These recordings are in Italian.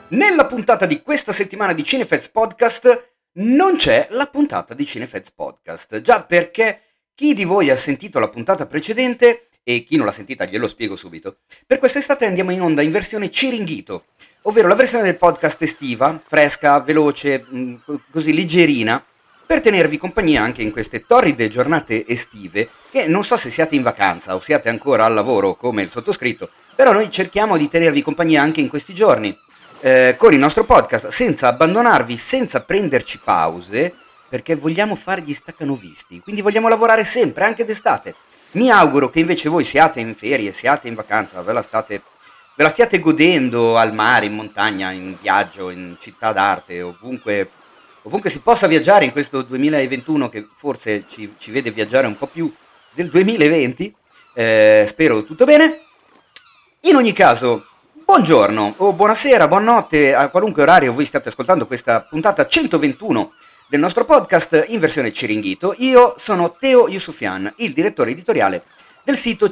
Nella puntata di questa settimana di Cinefeds Podcast non c'è la puntata di Cinefeds Podcast, già perché chi di voi ha sentito la puntata precedente, e chi non l'ha sentita glielo spiego subito, per quest'estate andiamo in onda in versione Ciringhito, ovvero la versione del podcast estiva, fresca, veloce, così leggerina, per tenervi compagnia anche in queste torride giornate estive, che non so se siate in vacanza o siate ancora al lavoro come il sottoscritto, però noi cerchiamo di tenervi compagnia anche in questi giorni. Con il nostro podcast, senza abbandonarvi, senza prenderci pause, perché vogliamo fare gli staccanovisti, quindi vogliamo lavorare sempre, anche d'estate. Mi auguro che invece voi siate in ferie, siate in vacanza, ve la stiate godendo al mare, in montagna, in viaggio, in città d'arte, ovunque si possa viaggiare in questo 2021 che forse ci vede viaggiare un po' più del 2020. Spero tutto bene. In ogni caso, buongiorno o buonasera, buonanotte, a qualunque orario voi state ascoltando questa puntata 121 del nostro podcast in versione Ciringhito. Io sono Teo Yusufian, il direttore editoriale del sito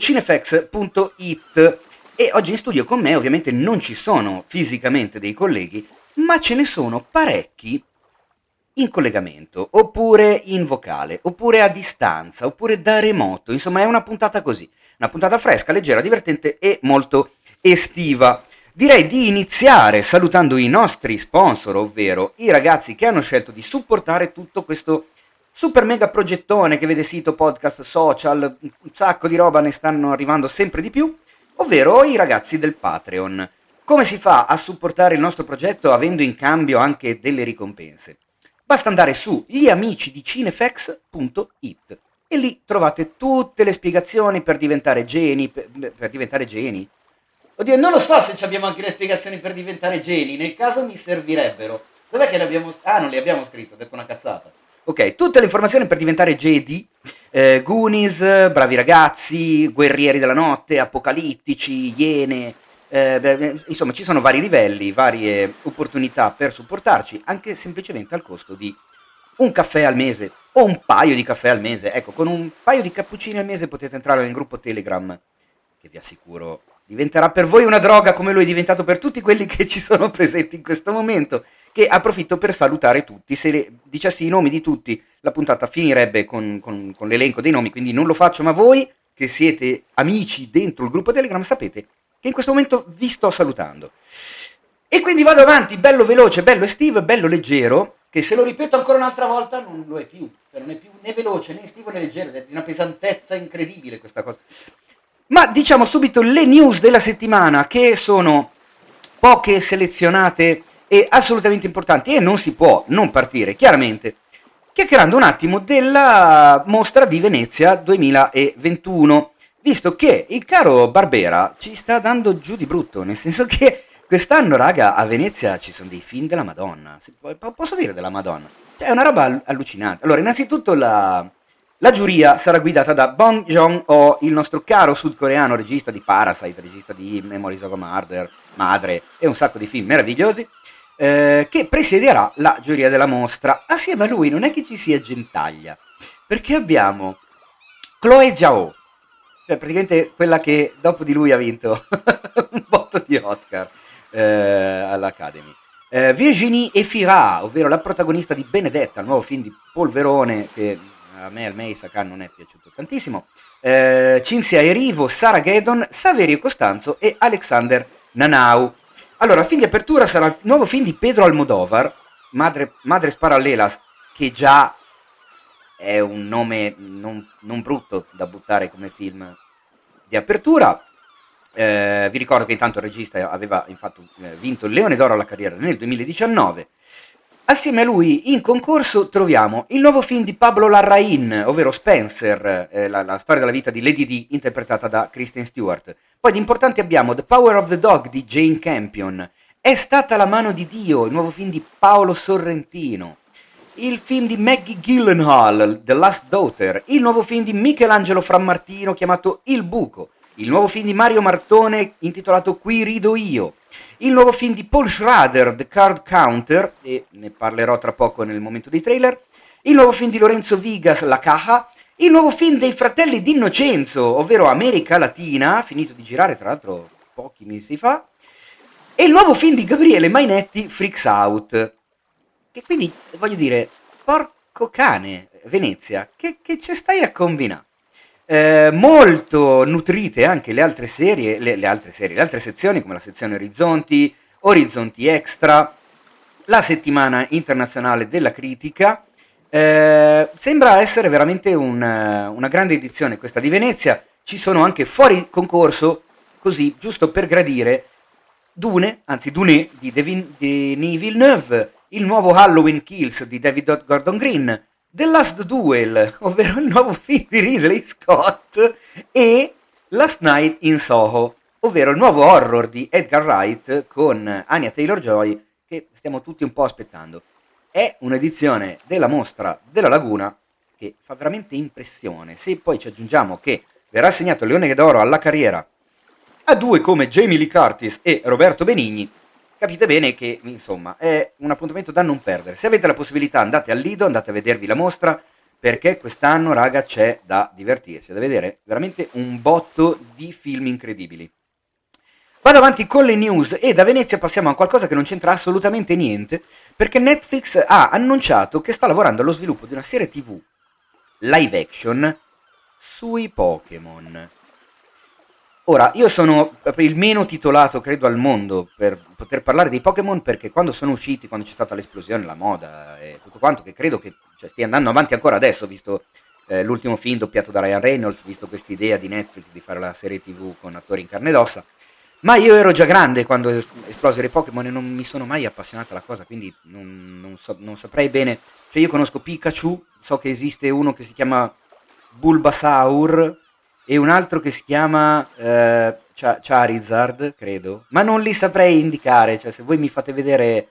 cinefx.it, e oggi in studio con me ovviamente non ci sono fisicamente dei colleghi, ma ce ne sono parecchi in collegamento, oppure in vocale, oppure a distanza, oppure da remoto. Insomma, è una puntata così, una puntata fresca, leggera, divertente e molto estiva. Direi di iniziare salutando i nostri sponsor, ovvero i ragazzi che hanno scelto di supportare tutto questo super mega progettone che vede sito, podcast, social, un sacco di roba, ne stanno arrivando sempre di più, ovvero i ragazzi del Patreon. Come si fa a supportare il nostro progetto avendo in cambio anche delle ricompense? Basta andare su gli amici di cinefx.it e lì trovate tutte le spiegazioni per diventare geni, per diventare geni. Oddio, non lo so se abbiamo anche le spiegazioni per diventare geni, nel caso mi servirebbero. Dov'è che le abbiamo... Ah, non le abbiamo scritto, ho detto una cazzata. Ok, tutte le informazioni per diventare Jedi, Goonies, bravi ragazzi, guerrieri della notte, apocalittici, iene... insomma, ci sono vari livelli, varie opportunità per supportarci, anche semplicemente al costo di un caffè al mese o un paio di caffè al mese. Ecco, con un paio di cappuccini al mese potete entrare nel gruppo Telegram, che vi assicuro diventerà per voi una droga, come lo è diventato per tutti quelli che ci sono presenti in questo momento, che approfitto per salutare tutti. Se dicessi i nomi di tutti, la puntata finirebbe con l'elenco dei nomi, quindi non lo faccio, ma voi che siete amici dentro il gruppo Telegram sapete che in questo momento vi sto salutando. E quindi vado avanti, bello veloce, bello estivo, bello leggero, che se lo ripeto ancora un'altra volta non lo è più, cioè non è più né veloce né estivo né leggero, è di una pesantezza incredibile questa cosa. Ma diciamo subito le news della settimana, che sono poche, selezionate e assolutamente importanti, e non si può non partire chiaramente chiacchierando un attimo della mostra di Venezia 2021, visto che il caro Barbera ci sta dando giù di brutto, nel senso che quest'anno, raga, a Venezia ci sono dei film della Madonna, posso dire della Madonna, cioè è una roba allucinante. Allora, innanzitutto la giuria sarà guidata da Bong Joon-ho, il nostro caro sudcoreano, regista di Parasite, regista di Memories of a Madre e un sacco di film meravigliosi, che presiederà la giuria della mostra. Assieme a lui non è che ci sia gentaglia, perché abbiamo Chloe Zhao, cioè praticamente quella che dopo di lui ha vinto un botto di Oscar all'Academy. Virginie Efira, ovvero la protagonista di Benedetta, il nuovo film di Polverone, che a me al Meisaka non è piaciuto tantissimo. Cinzia Erivo, Sara Gedon, Saverio Costanzo e Alexander Nanau. Allora, il film di apertura sarà il nuovo film di Pedro Almodóvar, Madres Paralelas, che già è un nome non brutto da buttare come film di apertura. Vi ricordo che intanto il regista aveva infatti vinto il Leone d'Oro alla carriera nel 2019. Assieme a lui in concorso troviamo il nuovo film di Pablo Larraín, ovvero Spencer, la storia della vita di Lady Di, interpretata da Kristen Stewart. Poi di importanti abbiamo The Power of the Dog di Jane Campion, È stata la mano di Dio, il nuovo film di Paolo Sorrentino, il film di Maggie Gyllenhaal, The Last Daughter, il nuovo film di Michelangelo Frammartino chiamato Il Buco, il nuovo film di Mario Martone intitolato Qui rido io, il nuovo film di Paul Schrader, The Card Counter, e ne parlerò tra poco nel momento dei trailer, il nuovo film di Lorenzo Vigas, La Caja, il nuovo film dei fratelli D'Innocenzo, ovvero America Latina, finito di girare tra l'altro pochi mesi fa, E il nuovo film di Gabriele Mainetti, Freaks Out. Che quindi, voglio dire, porco cane, Venezia, che ci stai a combinare? Molto nutrite anche le altre serie, le altre sezioni, come la sezione Orizzonti, Orizzonti Extra, la settimana internazionale della critica. Sembra essere veramente una grande edizione questa di Venezia. Ci sono anche fuori concorso, così, giusto per gradire, Dune di Denis Villeneuve, il nuovo Halloween Kills di David Gordon Green, The Last Duel, ovvero il nuovo film di Ridley Scott, e Last Night in Soho, ovvero il nuovo horror di Edgar Wright con Anya Taylor-Joy, che stiamo tutti un po' aspettando. È un'edizione della Mostra della Laguna che fa veramente impressione. Se poi ci aggiungiamo che verrà assegnato il Leone d'Oro alla carriera a due come Jamie Lee Curtis e Roberto Benigni, capite bene che, insomma, è un appuntamento da non perdere. Se avete la possibilità andate al Lido, andate a vedervi la mostra, perché quest'anno, raga, c'è da divertirsi, da vedere veramente un botto di film incredibili. Vado avanti con le news e da Venezia passiamo a qualcosa che non c'entra assolutamente niente, perché Netflix ha annunciato che sta lavorando allo sviluppo di una serie TV live action sui Pokémon. Ora, io sono il meno titolato, credo, al mondo per poter parlare dei Pokémon, perché quando sono usciti, quando c'è stata l'esplosione, la moda e tutto quanto, che credo che stia andando avanti ancora adesso, visto l'ultimo film doppiato da Ryan Reynolds, visto quest'idea di Netflix di fare la serie TV con attori in carne ed ossa, ma io ero già grande quando esplosero i Pokémon e non mi sono mai appassionato alla cosa, quindi non saprei bene. Cioè, io conosco Pikachu, so che esiste uno che si chiama Bulbasaur e un altro che si chiama Charizard, credo, ma non li saprei indicare. Cioè, se voi mi fate vedere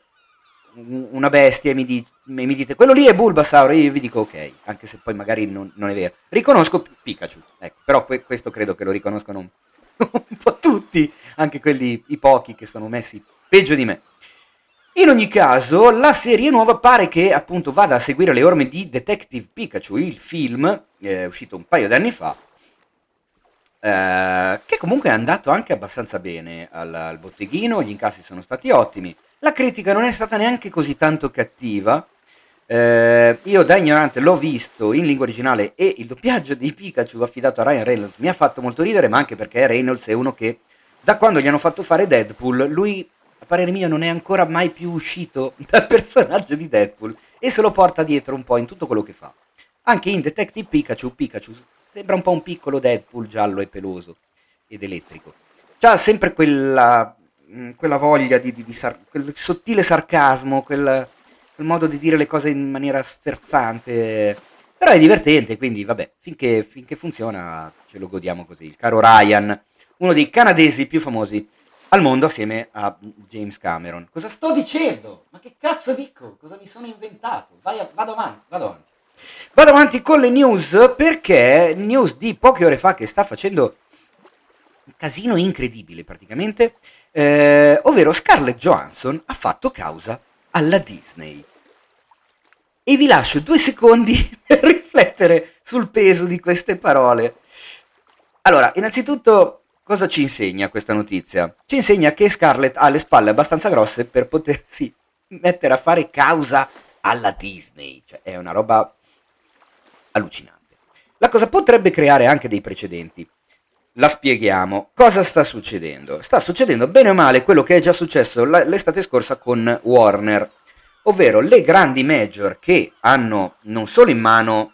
una bestia e mi dite quello lì è Bulbasaur, io vi dico ok, anche se poi magari non è vero. Riconosco Pikachu, ecco, però questo credo che lo riconoscono un po' tutti, anche quelli, i pochi che sono messi peggio di me. In ogni caso, la serie nuova pare che appunto vada a seguire le orme di Detective Pikachu, il film uscito un paio di anni fa, che comunque è andato anche abbastanza bene al botteghino, gli incassi sono stati ottimi, la critica non è stata neanche così tanto cattiva. Io da ignorante l'ho visto in lingua originale e il doppiaggio di Pikachu affidato a Ryan Reynolds mi ha fatto molto ridere, ma anche perché Reynolds è uno che da quando gli hanno fatto fare Deadpool, lui a parere mio non è ancora mai più uscito dal personaggio di Deadpool e se lo porta dietro un po' in tutto quello che fa. Anche in Detective Pikachu sembra un po' un piccolo Deadpool giallo e peloso ed elettrico. C'ha sempre quella voglia quel sottile sarcasmo, quel modo di dire le cose in maniera sferzante, però è divertente, quindi vabbè, finché funziona ce lo godiamo così. Il caro Ryan, uno dei canadesi più famosi al mondo assieme a James Cameron. Cosa sto dicendo? Ma che cazzo dico? Cosa mi sono inventato? Vado avanti con le news, perché news di poche ore fa che sta facendo un casino incredibile praticamente, ovvero Scarlett Johansson ha fatto causa alla Disney. E vi lascio 2 secondi per riflettere sul peso di queste parole. Allora, innanzitutto, cosa ci insegna questa notizia? Ci insegna che Scarlett ha le spalle abbastanza grosse per potersi mettere a fare causa alla Disney. Cioè, è una roba allucinante. La cosa potrebbe creare anche dei precedenti. La spieghiamo. Cosa sta succedendo? Sta succedendo bene o male quello che è già successo l'estate scorsa con Warner, ovvero le grandi major che hanno non solo in mano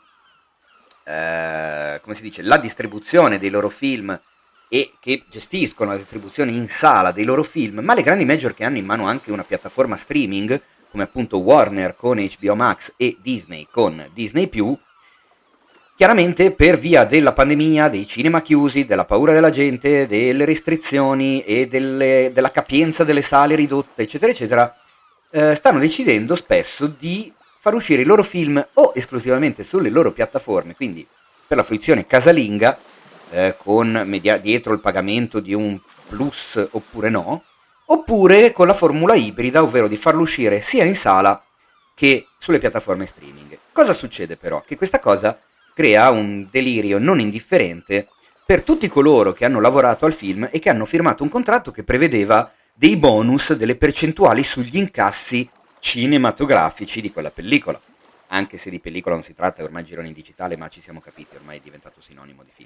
come si dice, la distribuzione dei loro film e che gestiscono la distribuzione in sala dei loro film, ma le grandi major che hanno in mano anche una piattaforma streaming, come appunto Warner con HBO Max e Disney con Disney+, chiaramente per via della pandemia, dei cinema chiusi, della paura della gente, delle restrizioni e della capienza delle sale ridotte, eccetera, eccetera, stanno decidendo spesso di far uscire i loro film o esclusivamente sulle loro piattaforme, quindi per la fruizione casalinga, con dietro il pagamento di un plus oppure no, oppure con la formula ibrida, ovvero di farlo uscire sia in sala che sulle piattaforme streaming. Cosa succede però? Che questa cosa crea un delirio non indifferente per tutti coloro che hanno lavorato al film e che hanno firmato un contratto che prevedeva dei bonus, delle percentuali sugli incassi cinematografici di quella pellicola. Anche se di pellicola non si tratta, ormai girano in digitale, ma ci siamo capiti, ormai è diventato sinonimo di film.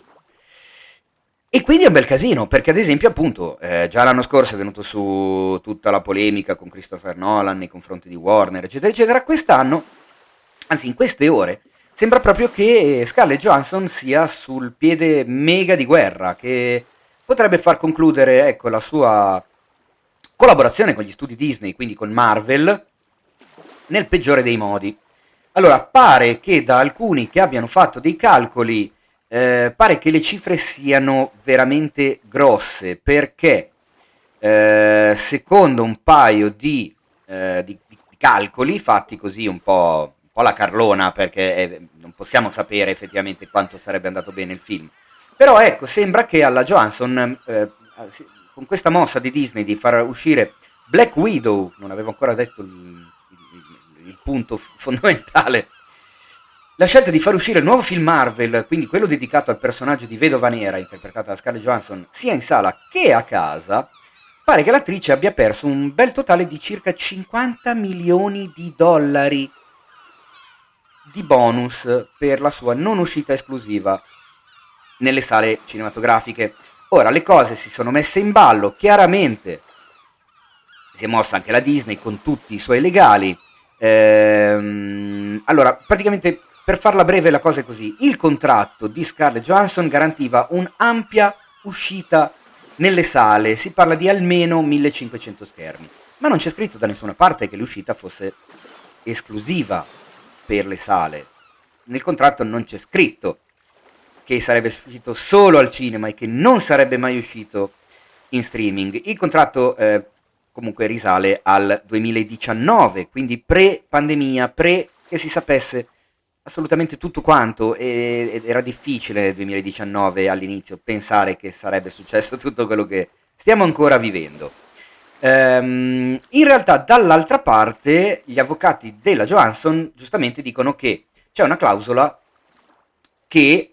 E quindi è un bel casino, perché ad esempio appunto già l'anno scorso è venuto su tutta la polemica con Christopher Nolan nei confronti di Warner, eccetera, eccetera. Quest'anno, anzi in queste ore, sembra proprio che Scarlett Johansson sia sul piede mega di guerra, che potrebbe far concludere, ecco, la sua collaborazione con gli studi Disney, quindi con Marvel, nel peggiore dei modi. Allora, pare che da alcuni che abbiano fatto dei calcoli, pare che le cifre siano veramente grosse, perché secondo un paio di calcoli fatti così un po' la carlona, perché non possiamo sapere effettivamente quanto sarebbe andato bene il film, però ecco, sembra che alla Johansson, con questa mossa di Disney di far uscire Black Widow, non avevo ancora detto il punto fondamentale, la scelta di far uscire il nuovo film Marvel, quindi quello dedicato al personaggio di Vedova Nera, interpretata da Scarlett Johansson, sia in sala che a casa, pare che l'attrice abbia perso un bel totale di circa 50 milioni di dollari di bonus per la sua non uscita esclusiva nelle sale cinematografiche. Ora, le cose si sono messe in ballo, chiaramente si è mossa anche la Disney con tutti i suoi legali. Allora, praticamente, per farla breve, la cosa è così: il contratto di Scarlett Johansson garantiva un'ampia uscita nelle sale, si parla di almeno 1500 schermi, ma non c'è scritto da nessuna parte che l'uscita fosse esclusiva per le sale. Nel contratto non c'è scritto che sarebbe uscito solo al cinema e che non sarebbe mai uscito in streaming. Il contratto comunque risale al 2019, quindi pre-pandemia, pre che si sapesse assolutamente tutto quanto, ed era difficile nel 2019 all'inizio pensare che sarebbe successo tutto quello che stiamo ancora vivendo. In realtà dall'altra parte gli avvocati della Johansson giustamente dicono che c'è una clausola che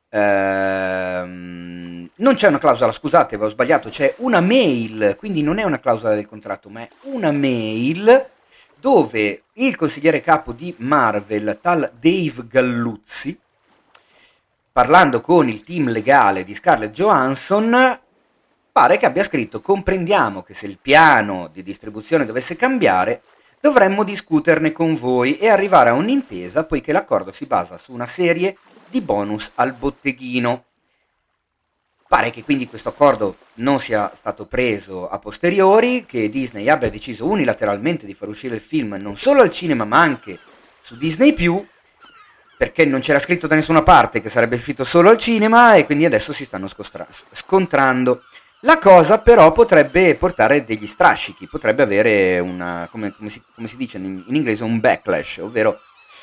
non c'è una clausola, scusate, avevo sbagliato, c'è una mail, quindi non è una clausola del contratto, ma è una mail dove il consigliere capo di Marvel, tal Dave Galluzzi, parlando con il team legale di Scarlett Johansson, pare che abbia scritto: comprendiamo che se il piano di distribuzione dovesse cambiare, dovremmo discuterne con voi e arrivare a un'intesa, poiché l'accordo si basa su una serie di bonus al botteghino. Pare che quindi questo accordo non sia stato preso a posteriori, che Disney abbia deciso unilateralmente di far uscire il film non solo al cinema ma anche su Disney+, perché non c'era scritto da nessuna parte che sarebbe uscito solo al cinema, e quindi adesso si stanno scontrando. La cosa però potrebbe portare degli strascichi, potrebbe avere una, come si dice in inglese, un backlash, ovvero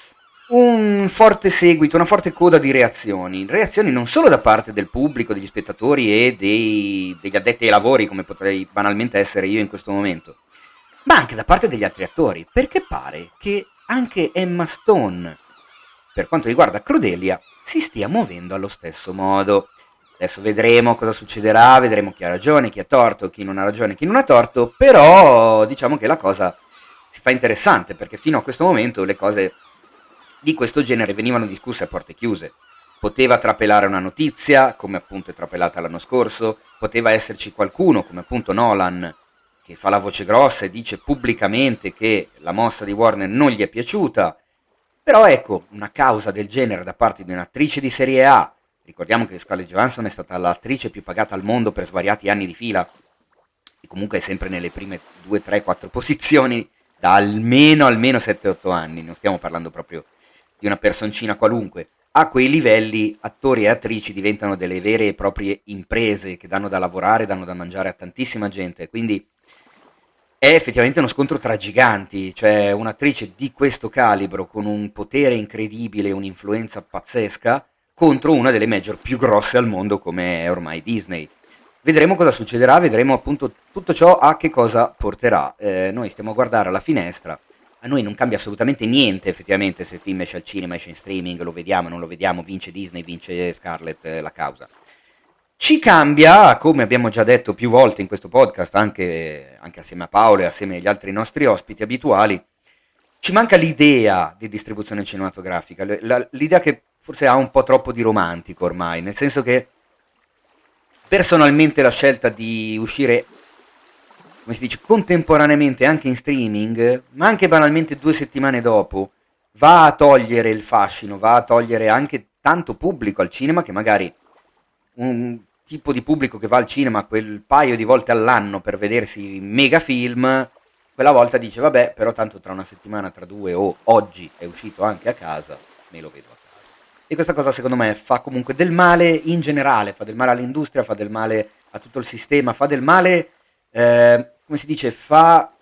un forte seguito, una forte coda di reazioni non solo da parte del pubblico, degli spettatori e degli addetti ai lavori, come potrei banalmente essere io in questo momento, ma anche da parte degli altri attori, perché pare che anche Emma Stone, per quanto riguarda Crudelia, si stia muovendo allo stesso modo. Adesso vedremo cosa succederà, vedremo chi ha ragione, chi ha torto, chi non ha ragione, chi non ha torto, però diciamo che la cosa si fa interessante, perché fino a questo momento le cose di questo genere venivano discusse a porte chiuse. Poteva trapelare una notizia, come appunto è trapelata l'anno scorso, poteva esserci qualcuno, come appunto Nolan, che fa la voce grossa e dice pubblicamente che la mossa di Warner non gli è piaciuta, però ecco, una causa del genere da parte di un'attrice di serie A, ricordiamo che Scarlett Johansson è stata l'attrice più pagata al mondo per svariati anni di fila, e comunque è sempre nelle prime 2, 3, 4 posizioni da almeno 7-8 anni, non stiamo parlando proprio di una personcina qualunque. A quei livelli attori e attrici diventano delle vere e proprie imprese che danno da lavorare, danno da mangiare a tantissima gente, quindi è effettivamente uno scontro tra giganti, cioè un'attrice di questo calibro con un potere incredibile, un'influenza pazzesca, contro una delle major più grosse al mondo come è ormai Disney. Vedremo cosa succederà, vedremo appunto tutto ciò a che cosa porterà. Noi stiamo a guardare alla finestra. A noi non cambia assolutamente niente effettivamente se il film esce al cinema, esce in streaming, lo vediamo, non lo vediamo, vince Disney, vince Scarlett, la causa. ci cambia, come abbiamo già detto più volte in questo podcast, anche assieme a Paolo e assieme agli altri nostri ospiti abituali, ci manca l'idea di distribuzione cinematografica, l'idea che forse ha un po' troppo di romantico ormai, nel senso che personalmente la scelta di uscire, come si dice, contemporaneamente anche in streaming, ma anche banalmente 2 settimane dopo, va a togliere il fascino, va a togliere anche tanto pubblico al cinema, che magari un tipo di pubblico che va al cinema quel paio di volte all'anno per vedersi mega film, quella volta dice vabbè, però tanto tra una settimana, tra 2 o oggi è uscito anche a casa, me lo vedo a casa. E questa cosa secondo me fa comunque del male in generale, fa del male all'industria, fa del male a tutto il sistema, fa del male, come si dice, va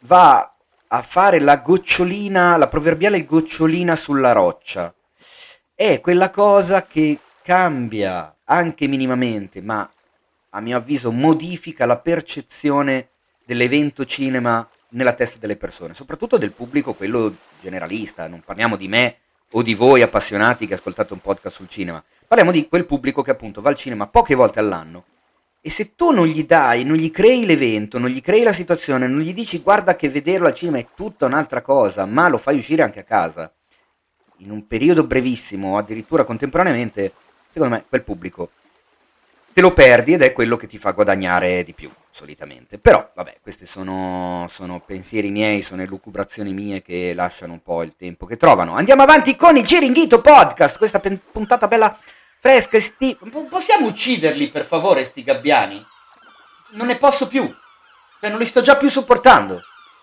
a fare la gocciolina, la proverbiale gocciolina sulla roccia. È quella cosa che cambia anche minimamente, ma a mio avviso modifica la percezione dell'evento cinema nella testa delle persone, soprattutto del pubblico, quello generalista. Non parliamo di me o di voi appassionati che ascoltate un podcast sul cinema, parliamo di quel pubblico che appunto va al cinema poche volte all'anno, e se tu non gli dai, non gli crei l'evento, non gli crei la situazione, non gli dici guarda che vederlo al cinema è tutta un'altra cosa, ma lo fai uscire anche a casa in un periodo brevissimo o addirittura contemporaneamente, secondo me quel pubblico te lo perdi ed è quello che ti fa guadagnare di più solitamente. Però vabbè, questi sono pensieri miei, sono elucubrazioni mie che lasciano un po' il tempo che trovano. Andiamo avanti con il Ciringhito Podcast, questa puntata bella fresca. Possiamo ucciderli per favore sti gabbiani? Non ne posso più, cioè non li sto già più sopportando.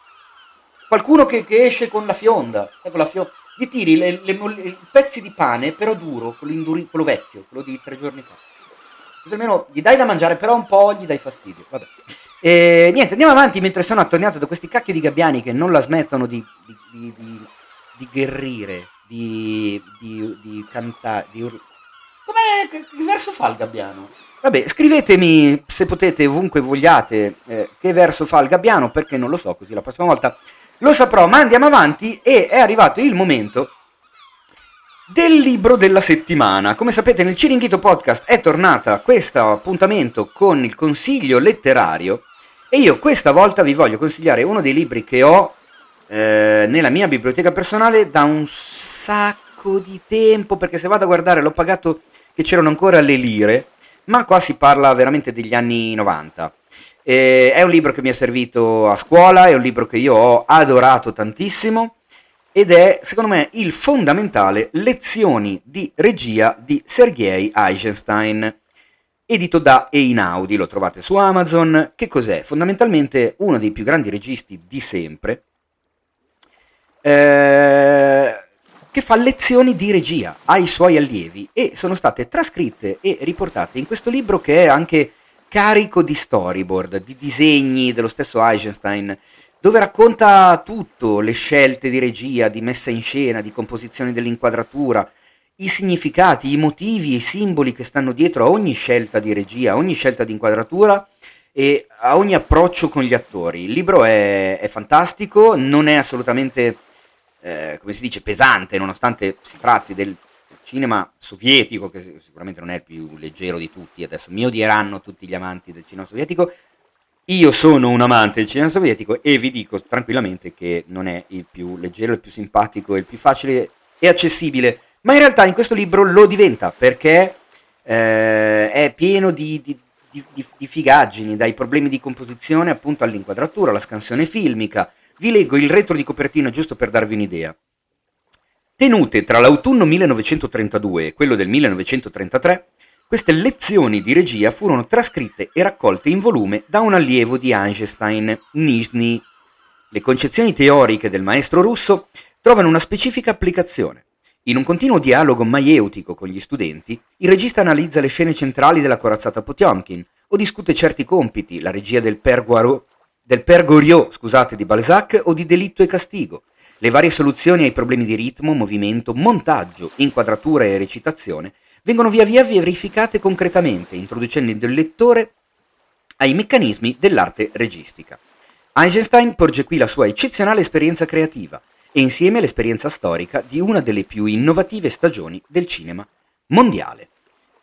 Qualcuno che esce con la fionda, gli tiri i pezzi di pane però duro, quello vecchio, quello di 3 giorni fa. Così almeno gli dai da mangiare, però un po' gli dai fastidio. Vabbè. Niente, andiamo avanti mentre sono attorniato da questi cacchio di gabbiani che non la smettono di gherrire, di cantare, di urlare. Che verso fa il gabbiano? Vabbè, scrivetemi se potete, ovunque vogliate, che verso fa il gabbiano, perché non lo so, così la prossima volta lo saprò. Ma andiamo avanti, e è arrivato il momento del libro della settimana. Come sapete, nel Ciringhito Podcast è tornata questo appuntamento con il consiglio letterario, e io questa volta vi voglio consigliare uno dei libri che ho nella mia biblioteca personale da un sacco di tempo, perché se vado a guardare l'ho pagato che c'erano ancora le lire, ma qua si parla veramente degli anni 90. È un libro che mi è servito a scuola, è un libro che io ho adorato tantissimo, ed è, secondo me, il fondamentale Lezioni di regia di Sergei Eisenstein, edito da Einaudi. Lo trovate su Amazon. Che cos'è? Fondamentalmente uno dei più grandi registi di sempre, che fa lezioni di regia ai suoi allievi, e sono state trascritte e riportate in questo libro, che è anche carico di storyboard, di disegni dello stesso Eisenstein, dove racconta tutto, le scelte di regia, di messa in scena, di composizione dell'inquadratura, i significati, i motivi e i simboli che stanno dietro a ogni scelta di regia, a ogni scelta di inquadratura e a ogni approccio con gli attori. Il libro è fantastico, non è assolutamente, come si dice, pesante, nonostante si tratti del cinema sovietico, che sicuramente non è il più leggero di tutti. Adesso mi odieranno tutti gli amanti del cinema sovietico. Io sono un amante del cinema sovietico e vi dico tranquillamente che non è il più leggero, il più simpatico, il più facile e accessibile, ma in realtà in questo libro lo diventa, perché è pieno di figaggini, dai problemi di composizione appunto all'inquadratura, alla scansione filmica. Vi leggo il retro di copertina giusto per darvi un'idea. Tenute tra l'autunno 1932 e quello del 1933, queste lezioni di regia furono trascritte e raccolte in volume da un allievo di Eisenstein, Nizhny. Le concezioni teoriche del maestro russo trovano una specifica applicazione. In un continuo dialogo maieutico con gli studenti, il regista analizza le scene centrali della corazzata Potiomkin o discute certi compiti, la regia del Père Goriot, di Balzac, o di Delitto e Castigo, le varie soluzioni ai problemi di ritmo, movimento, montaggio, inquadratura e recitazione vengono via via verificate concretamente, introducendo il lettore ai meccanismi dell'arte registica. Eisenstein porge qui la sua eccezionale esperienza creativa e insieme l'esperienza storica di una delle più innovative stagioni del cinema mondiale.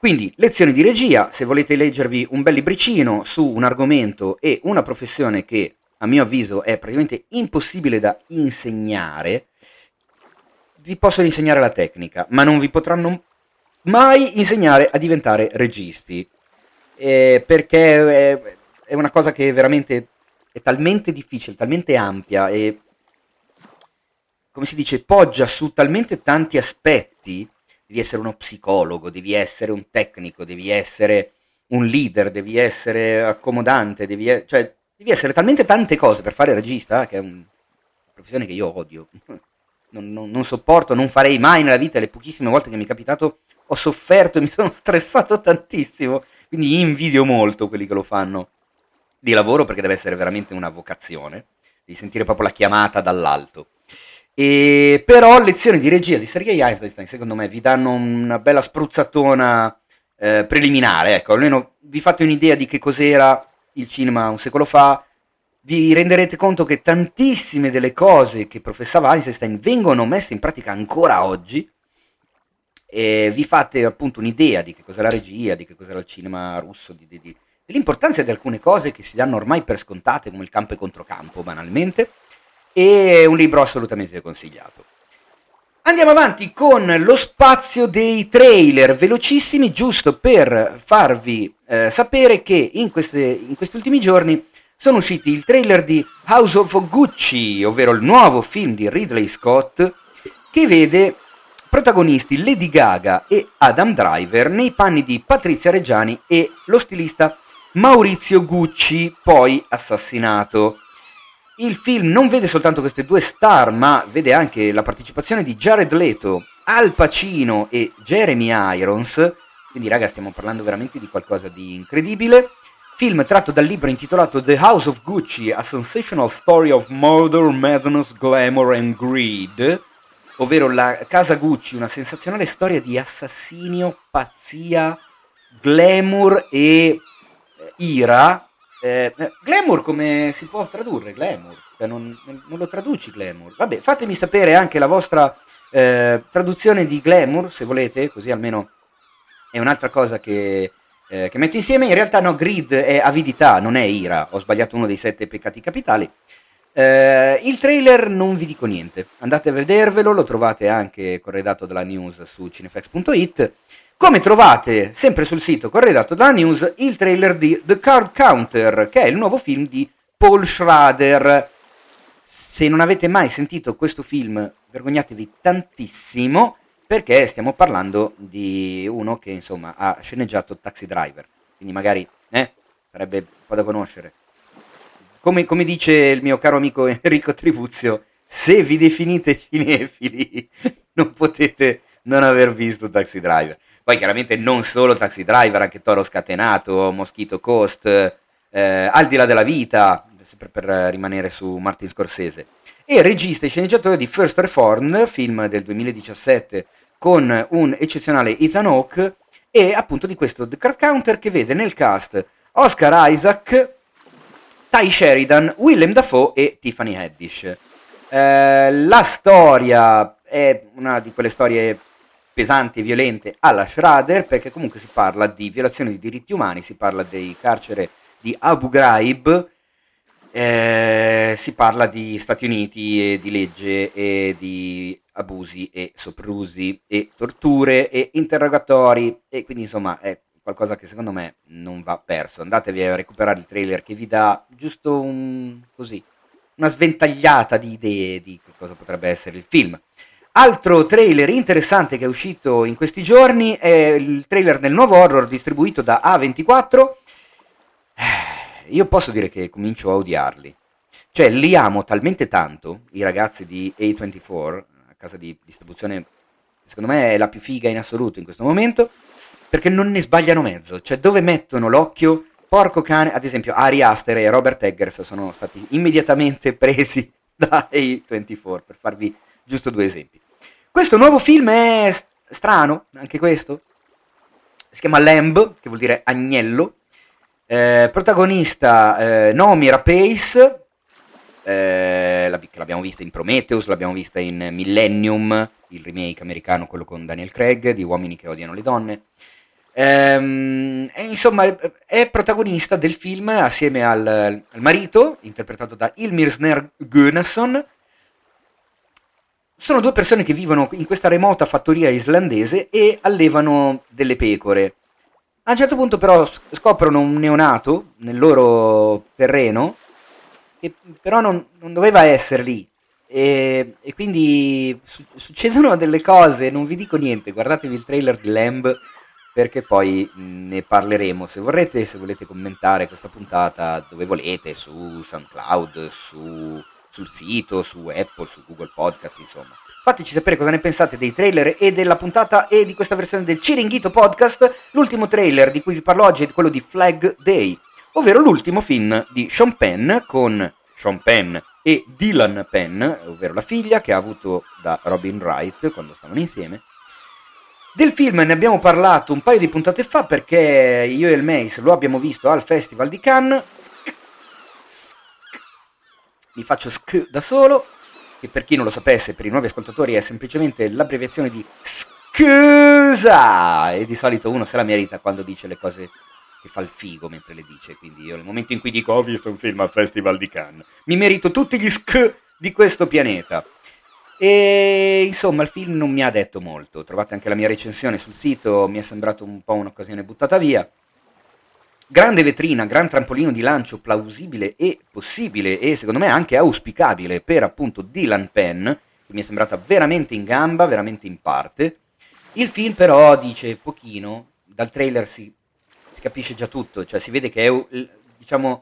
Quindi, lezioni di regia, se volete leggervi un bel libricino su un argomento e una professione che, a mio avviso, è praticamente impossibile da insegnare, vi possono insegnare la tecnica, ma non vi potranno mai insegnare a diventare registi, perché è una cosa che veramente è talmente difficile, talmente ampia e, come si dice, poggia su talmente tanti aspetti. Devi essere uno psicologo, devi essere un tecnico, devi essere un leader, devi essere accomodante, cioè, devi essere talmente tante cose per fare regista, che è una professione che io odio. Non sopporto, non farei mai nella vita. Le pochissime volte che mi è capitato ho sofferto e mi sono stressato tantissimo, quindi invidio molto quelli che lo fanno di lavoro, perché deve essere veramente una vocazione, devi sentire proprio la chiamata dall'alto. E però lezioni di regia di Sergei Eisenstein secondo me vi danno una bella spruzzatona preliminare, ecco, almeno vi fate un'idea di che cos'era il cinema un secolo fa, vi renderete conto che tantissime delle cose che professava Eisenstein vengono messe in pratica ancora oggi, e vi fate appunto un'idea di che cos'è la regia, di che cos'era il cinema russo, dell'importanza di alcune cose che si danno ormai per scontate, come il campo e controcampo, banalmente. E un libro assolutamente consigliato. Andiamo avanti con lo spazio dei trailer velocissimi, giusto per farvi sapere che in questi ultimi giorni sono usciti il trailer di House of Gucci, ovvero il nuovo film di Ridley Scott, che vede protagonisti Lady Gaga e Adam Driver nei panni di Patrizia Reggiani e lo stilista Maurizio Gucci, poi assassinato. Il film non vede soltanto queste due star, ma vede anche la partecipazione di Jared Leto, Al Pacino e Jeremy Irons, quindi raga, stiamo parlando veramente di qualcosa di incredibile. Film tratto dal libro intitolato The House of Gucci, A Sensational Story of Murder, Madness, Glamour and Greed, ovvero La Casa Gucci, una sensazionale storia di assassinio, pazzia, glamour e ira. Glamour come si può tradurre? Glamour? Cioè non lo traduci glamour? Vabbè, fatemi sapere anche la vostra traduzione di glamour, se volete, così almeno è un'altra cosa che metto insieme. In realtà no, greed è avidità, non è ira. Ho sbagliato uno dei 7 peccati capitali. Il trailer non vi dico niente, andate a vedervelo, lo trovate anche corredato dalla news su cinefx.it. Come trovate sempre sul sito corredato dalla news il trailer di The Card Counter, che è il nuovo film di Paul Schrader. Se non avete mai sentito questo film, vergognatevi tantissimo, perché stiamo parlando di uno che insomma ha sceneggiato Taxi Driver, quindi magari sarebbe un po' da conoscere. Come dice il mio caro amico Enrico Tribuzio, se vi definite cinefili non potete non aver visto Taxi Driver. Poi chiaramente non solo Taxi Driver, anche Toro Scatenato, Mosquito Coast, Al di là della vita, sempre per rimanere su Martin Scorsese. E regista e sceneggiatore di First Reformed, film del 2017 con un eccezionale Ethan Hawke, e appunto di questo The Card Counter, che vede nel cast Oscar Isaac, Ty Sheridan, Willem Dafoe e Tiffany Haddish. La storia è una di quelle storie pesanti e violente alla Schrader, perché comunque si parla di violazione di diritti umani, si parla del carcere di Abu Ghraib, si parla di Stati Uniti e di legge e di abusi e soprusi e torture e interrogatori, e quindi insomma è qualcosa che secondo me non va perso. Andatevi a recuperare il trailer, che vi dà giusto una sventagliata di idee di cosa potrebbe essere il film. Altro trailer interessante che è uscito in questi giorni è il trailer del nuovo horror distribuito da A24. Io posso dire che comincio a odiarli. Cioè, li amo talmente tanto, i ragazzi di A24, a casa di distribuzione, secondo me è la più figa in assoluto in questo momento, perché non ne sbagliano mezzo. Cioè, dove mettono l'occhio, porco cane, ad esempio Ari Aster e Robert Eggers sono stati immediatamente presi da A24, per farvi giusto 2 esempi. Questo nuovo film è strano, anche questo. Si chiama Lamb, che vuol dire agnello. Protagonista Noomi Rapace, che l'abbiamo vista in Prometheus, l'abbiamo vista in Millennium, il remake americano, quello con Daniel Craig, di Uomini che odiano le donne. Insomma, è protagonista del film assieme al marito, interpretato da Ilmir Snær Gunnarsson. Sono due persone che vivono in questa remota fattoria islandese e allevano delle pecore. A un certo punto però scoprono un neonato nel loro terreno che però non doveva essere lì. E quindi succedono delle cose, non vi dico niente, guardatevi il trailer di Lamb perché poi ne parleremo. Se vorrete, se volete commentare questa puntata dove volete, su SoundCloud, sul sito, su Apple, su Google Podcast, insomma. Fateci sapere cosa ne pensate dei trailer e della puntata e di questa versione del Ciringhito Podcast. L'ultimo trailer di cui vi parlo oggi è quello di Flag Day, ovvero l'ultimo film di Sean Penn con Sean Penn e Dylan Penn, ovvero la figlia che ha avuto da Robin Wright quando stavano insieme. Del film ne abbiamo parlato un paio di puntate fa perché io e il Mace lo abbiamo visto al Festival di Cannes. Mi faccio sk da solo, che per chi non lo sapesse, per i nuovi ascoltatori è semplicemente l'abbreviazione di scusa, e di solito uno se la merita quando dice le cose che fa il figo mentre le dice, quindi io nel momento in cui dico ho visto un film al Festival di Cannes mi merito tutti gli sk di questo pianeta. E insomma il film non mi ha detto molto, trovate anche la mia recensione sul sito, mi è sembrato un po' un'occasione buttata via. Grande vetrina, gran trampolino di lancio plausibile e possibile e secondo me anche auspicabile per appunto Dylan Penn, che mi è sembrata veramente in gamba, veramente in parte. Il film però dice pochino, dal trailer si capisce già tutto, cioè si vede che è, diciamo,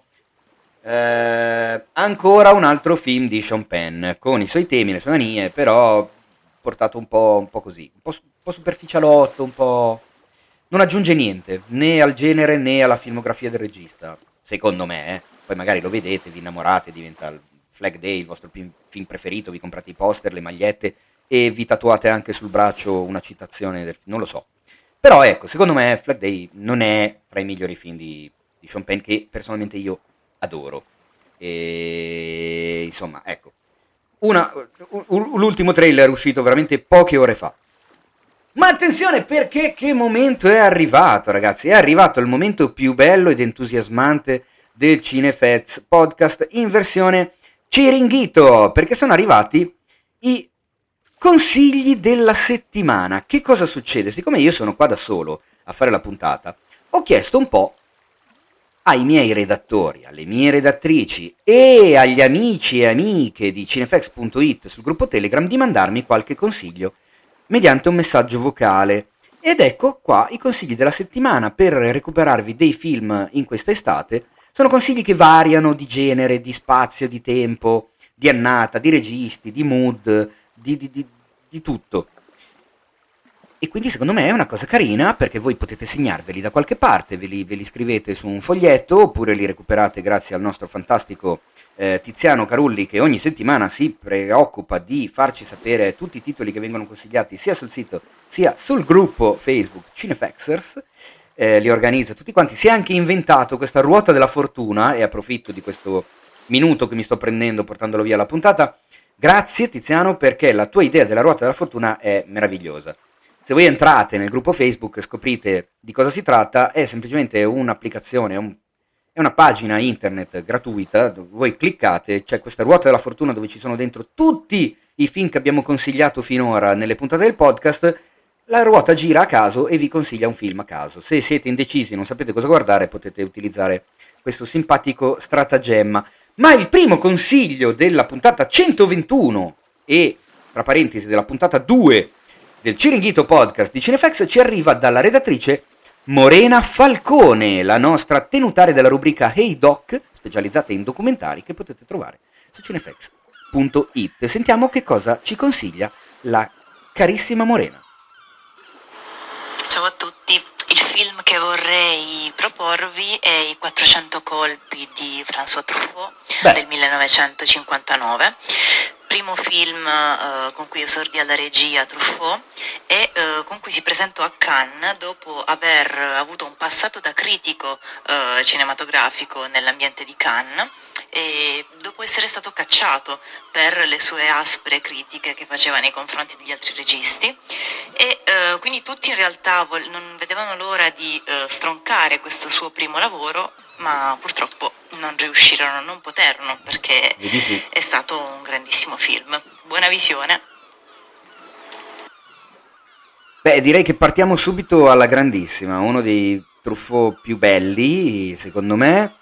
ancora un altro film di Sean Penn, con i suoi temi, le sue manie, però portato un po' così, un po' superficialotto, un po'... non aggiunge niente, né al genere né alla filmografia del regista, secondo me, Poi magari lo vedete, vi innamorate, diventa il Flag Day, il vostro film preferito, vi comprate i poster, le magliette e vi tatuate anche sul braccio una citazione del film, non lo so. Però ecco, secondo me Flag Day non è tra i migliori film di Sean Penn, che personalmente io adoro. E insomma, ecco. L'ultimo trailer è uscito veramente poche ore fa. Ma attenzione, perché che momento è arrivato, ragazzi? È arrivato il momento più bello ed entusiasmante del Cinefets podcast in versione Ciringhito, perché sono arrivati i consigli della settimana. Che cosa succede? Siccome io sono qua da solo a fare la puntata, ho chiesto un po' ai miei redattori, alle mie redattrici e agli amici e amiche di cinefx.it sul gruppo Telegram di mandarmi qualche consiglio mediante un messaggio vocale. Ed ecco qua i consigli della settimana per recuperarvi dei film in questa estate. Sono consigli che variano di genere, di spazio, di tempo, di annata, di registi, di mood, di tutto. E quindi secondo me è una cosa carina, perché voi potete segnarveli da qualche parte, ve li scrivete su un foglietto, oppure li recuperate grazie al nostro fantastico Tiziano Carulli, che ogni settimana si preoccupa di farci sapere tutti i titoli che vengono consigliati sia sul sito sia sul gruppo Facebook Cinefexers. Li organizza tutti quanti. Si è anche inventato questa ruota della fortuna, e approfitto di questo minuto che mi sto prendendo portandolo via la puntata. Grazie Tiziano, perché la tua idea della ruota della fortuna è meravigliosa. Se voi entrate nel gruppo Facebook e scoprite di cosa si tratta, è semplicemente un'applicazione, è una pagina internet gratuita, dove voi cliccate, c'è questa ruota della fortuna dove ci sono dentro tutti i film che abbiamo consigliato finora nelle puntate del podcast. La ruota gira a caso e vi consiglia un film a caso. Se siete indecisi e non sapete cosa guardare, potete utilizzare questo simpatico stratagemma. Ma il primo consiglio della puntata 121 e, tra parentesi, della puntata 2 del Ciringhito Podcast di Cinefx ci arriva dalla redattrice Morena Falcone, la nostra tenutaria della rubrica Hey Doc, specializzata in documentari, che potete trovare su cinefx.it. Sentiamo che cosa ci consiglia la carissima Morena. Ciao a tutti, il film che vorrei proporvi è I 400 colpi di François Truffaut del 1959, primo film con cui esordì alla regia Truffaut e con cui si presentò a Cannes dopo aver avuto un passato da critico cinematografico nell'ambiente di Cannes, e dopo essere stato cacciato per le sue aspre critiche che faceva nei confronti degli altri registi, e quindi tutti in realtà non vedevano l'ora di stroncare questo suo primo lavoro, ma purtroppo non riuscirono, non poterono, perché è stato un grandissimo film. Buona visione. Beh, direi che partiamo subito alla grandissima, uno dei Truffaut più belli, secondo me.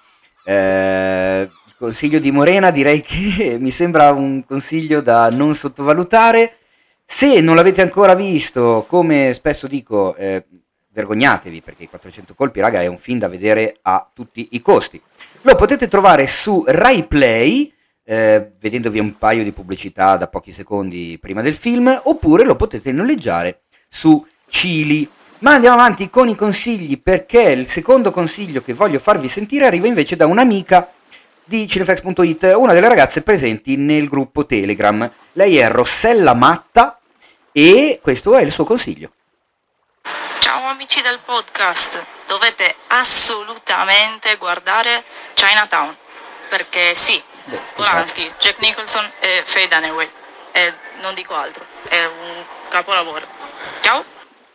Il consiglio di Morena direi che mi sembra un consiglio da non sottovalutare. Se non l'avete ancora visto, come spesso dico, vergognatevi, perché i 400 colpi, raga, è un film da vedere a tutti i costi. Lo potete trovare su Rai Play, vedendovi un paio di pubblicità da pochi secondi prima del film, oppure lo potete noleggiare su Cili. Ma andiamo avanti con i consigli, perché il secondo consiglio che voglio farvi sentire arriva invece da un'amica di Cinefx.it, una delle ragazze presenti nel gruppo Telegram. Lei è Rossella Matta e questo è il suo consiglio. Ciao amici del podcast, dovete assolutamente guardare Chinatown, perché sì, Polanski, Jack Nicholson e Faye Dunaway, e non dico altro, è un capolavoro. Ciao!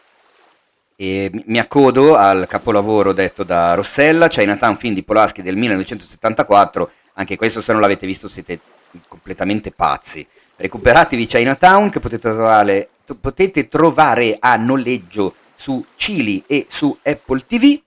E mi accodo al capolavoro detto da Rossella. Chinatown, film di Polanski del 1974, anche questo se non l'avete visto siete completamente pazzi. Recuperatevi Chinatown, che potete trovare a noleggio su Cili e su Apple TV.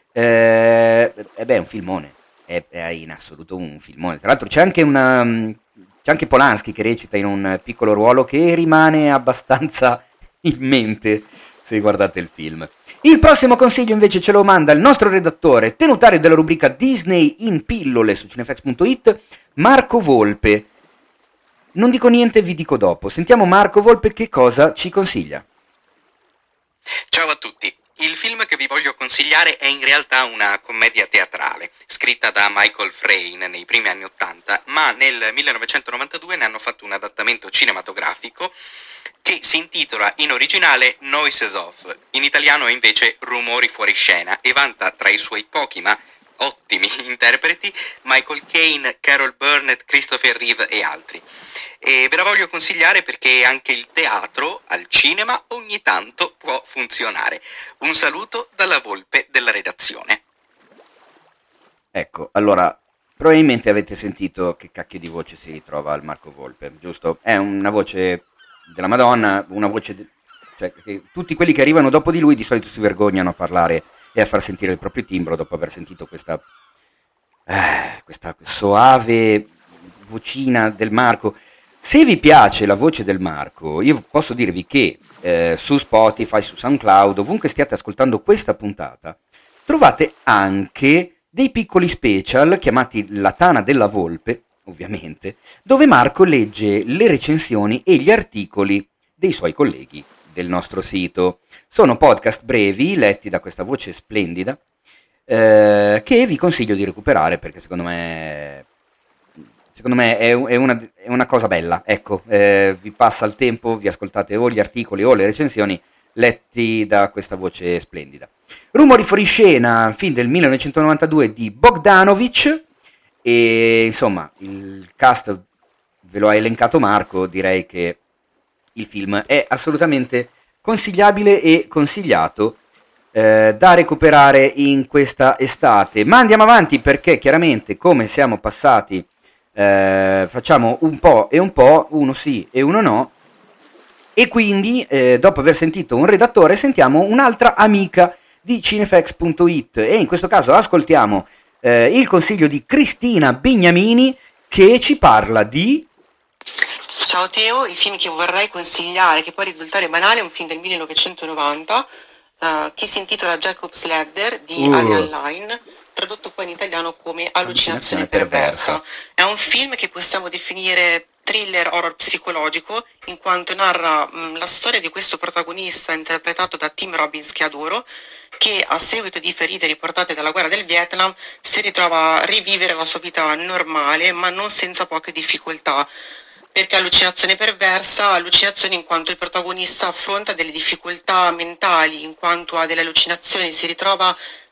È un filmone, è in assoluto un filmone. Tra l'altro c'è anche Polanski che recita in un piccolo ruolo che rimane abbastanza in mente se guardate il film. Il prossimo consiglio invece ce lo manda il nostro redattore, tenutario della rubrica Disney in pillole su Cinefx.it, Marco Volpe. Non dico niente, vi dico dopo. Sentiamo Marco Volpe che cosa ci consiglia. Ciao a tutti. Il film che vi voglio consigliare è in realtà una commedia teatrale, scritta da Michael Frayn nei primi anni '80, ma nel 1992 ne hanno fatto un adattamento cinematografico che si intitola in originale Noises Off, in italiano è invece Rumori fuori scena, e vanta tra i suoi pochi ma ottimi interpreti Michael Caine, Carol Burnett, Christopher Reeve e altri. E ve la voglio consigliare perché anche il teatro al cinema ogni tanto può funzionare. Un saluto dalla Volpe della redazione. Ecco, allora, probabilmente avete sentito che cacchio di voce si ritrova al Marco Volpe, giusto? È una voce della Madonna, una voce cioè che tutti quelli che arrivano dopo di lui di solito si vergognano a parlare e a far sentire il proprio timbro dopo aver sentito questa soave vocina del Marco. Se vi piace la voce del Marco, io posso dirvi che su Spotify, su SoundCloud, ovunque stiate ascoltando questa puntata, trovate anche dei piccoli special chiamati La Tana della Volpe, ovviamente, dove Marco legge le recensioni e gli articoli dei suoi colleghi del nostro sito. Sono podcast brevi, letti da questa voce splendida, che vi consiglio di recuperare perché secondo me è una cosa bella. Ecco, vi passa il tempo, vi ascoltate o gli articoli o le recensioni letti da questa voce splendida. Rumori fuori scena, film del 1992 di Bogdanovich, e insomma il cast ve lo ha elencato Marco, direi che il film è assolutamente consigliabile e consigliato da recuperare in questa estate. Ma andiamo avanti perché chiaramente come siamo passati facciamo un po' e un po', uno sì e uno no, e quindi dopo aver sentito un redattore sentiamo un'altra amica di Cinefx.it e in questo caso ascoltiamo il consiglio di Cristina Bignamini che ci parla di... Ciao Teo, il film che vorrei consigliare, che può risultare banale, è un film del 1990 che si intitola Jacob's Ladder di Adrian Lyne, tradotto poi in italiano come Allucinazione perversa. È un film che possiamo definire thriller horror psicologico, in quanto narra la storia di questo protagonista interpretato da Tim Robbins, che adoro, che a seguito di ferite riportate dalla guerra del Vietnam si ritrova a rivivere la sua vita normale, ma non senza poche difficoltà. Perché allucinazione perversa? Allucinazione in quanto il protagonista affronta delle difficoltà mentali, in quanto ha delle allucinazioni, si ritrova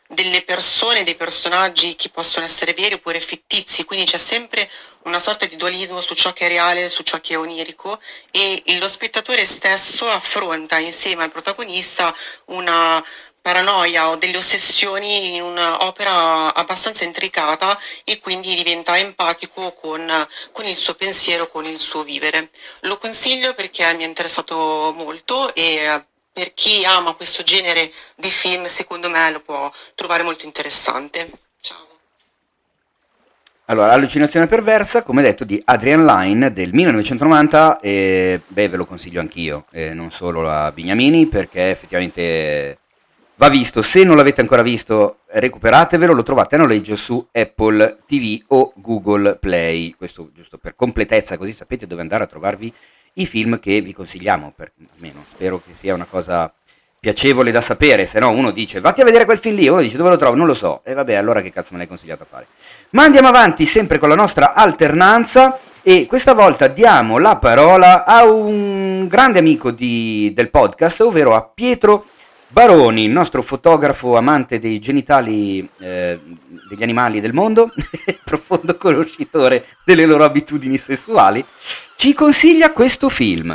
delle persone, dei personaggi che possono essere veri oppure fittizi, quindi c'è sempre una sorta di dualismo su ciò che è reale, su ciò che è onirico, e lo spettatore stesso affronta insieme al protagonista una paranoia o delle ossessioni in un'opera abbastanza intricata, e quindi diventa empatico con il suo pensiero, con il suo vivere. Lo consiglio perché mi è interessato molto, e per chi ama questo genere di film secondo me lo può trovare molto interessante. Ciao. Allora, Allucinazione perversa, come detto, di Adrian Lyne del 1990, e ve lo consiglio anch'io, non solo la Bignamini, perché effettivamente va visto. Se non l'avete ancora visto, recuperatevelo, lo trovate a noleggio su Apple TV o Google Play, questo giusto per completezza, così sapete dove andare a trovarvi i film che vi consigliamo, almeno spero che sia una cosa piacevole da sapere, se no uno dice vatti a vedere quel film lì, uno dice dove lo trovo, non lo so, e vabbè, allora che cazzo me l'hai consigliato a fare? Ma andiamo avanti sempre con la nostra alternanza, e questa volta diamo la parola a un grande amico del podcast, ovvero a Pietro Baroni, il nostro fotografo amante dei genitali degli animali del mondo, profondo conoscitore delle loro abitudini sessuali, ci consiglia questo film.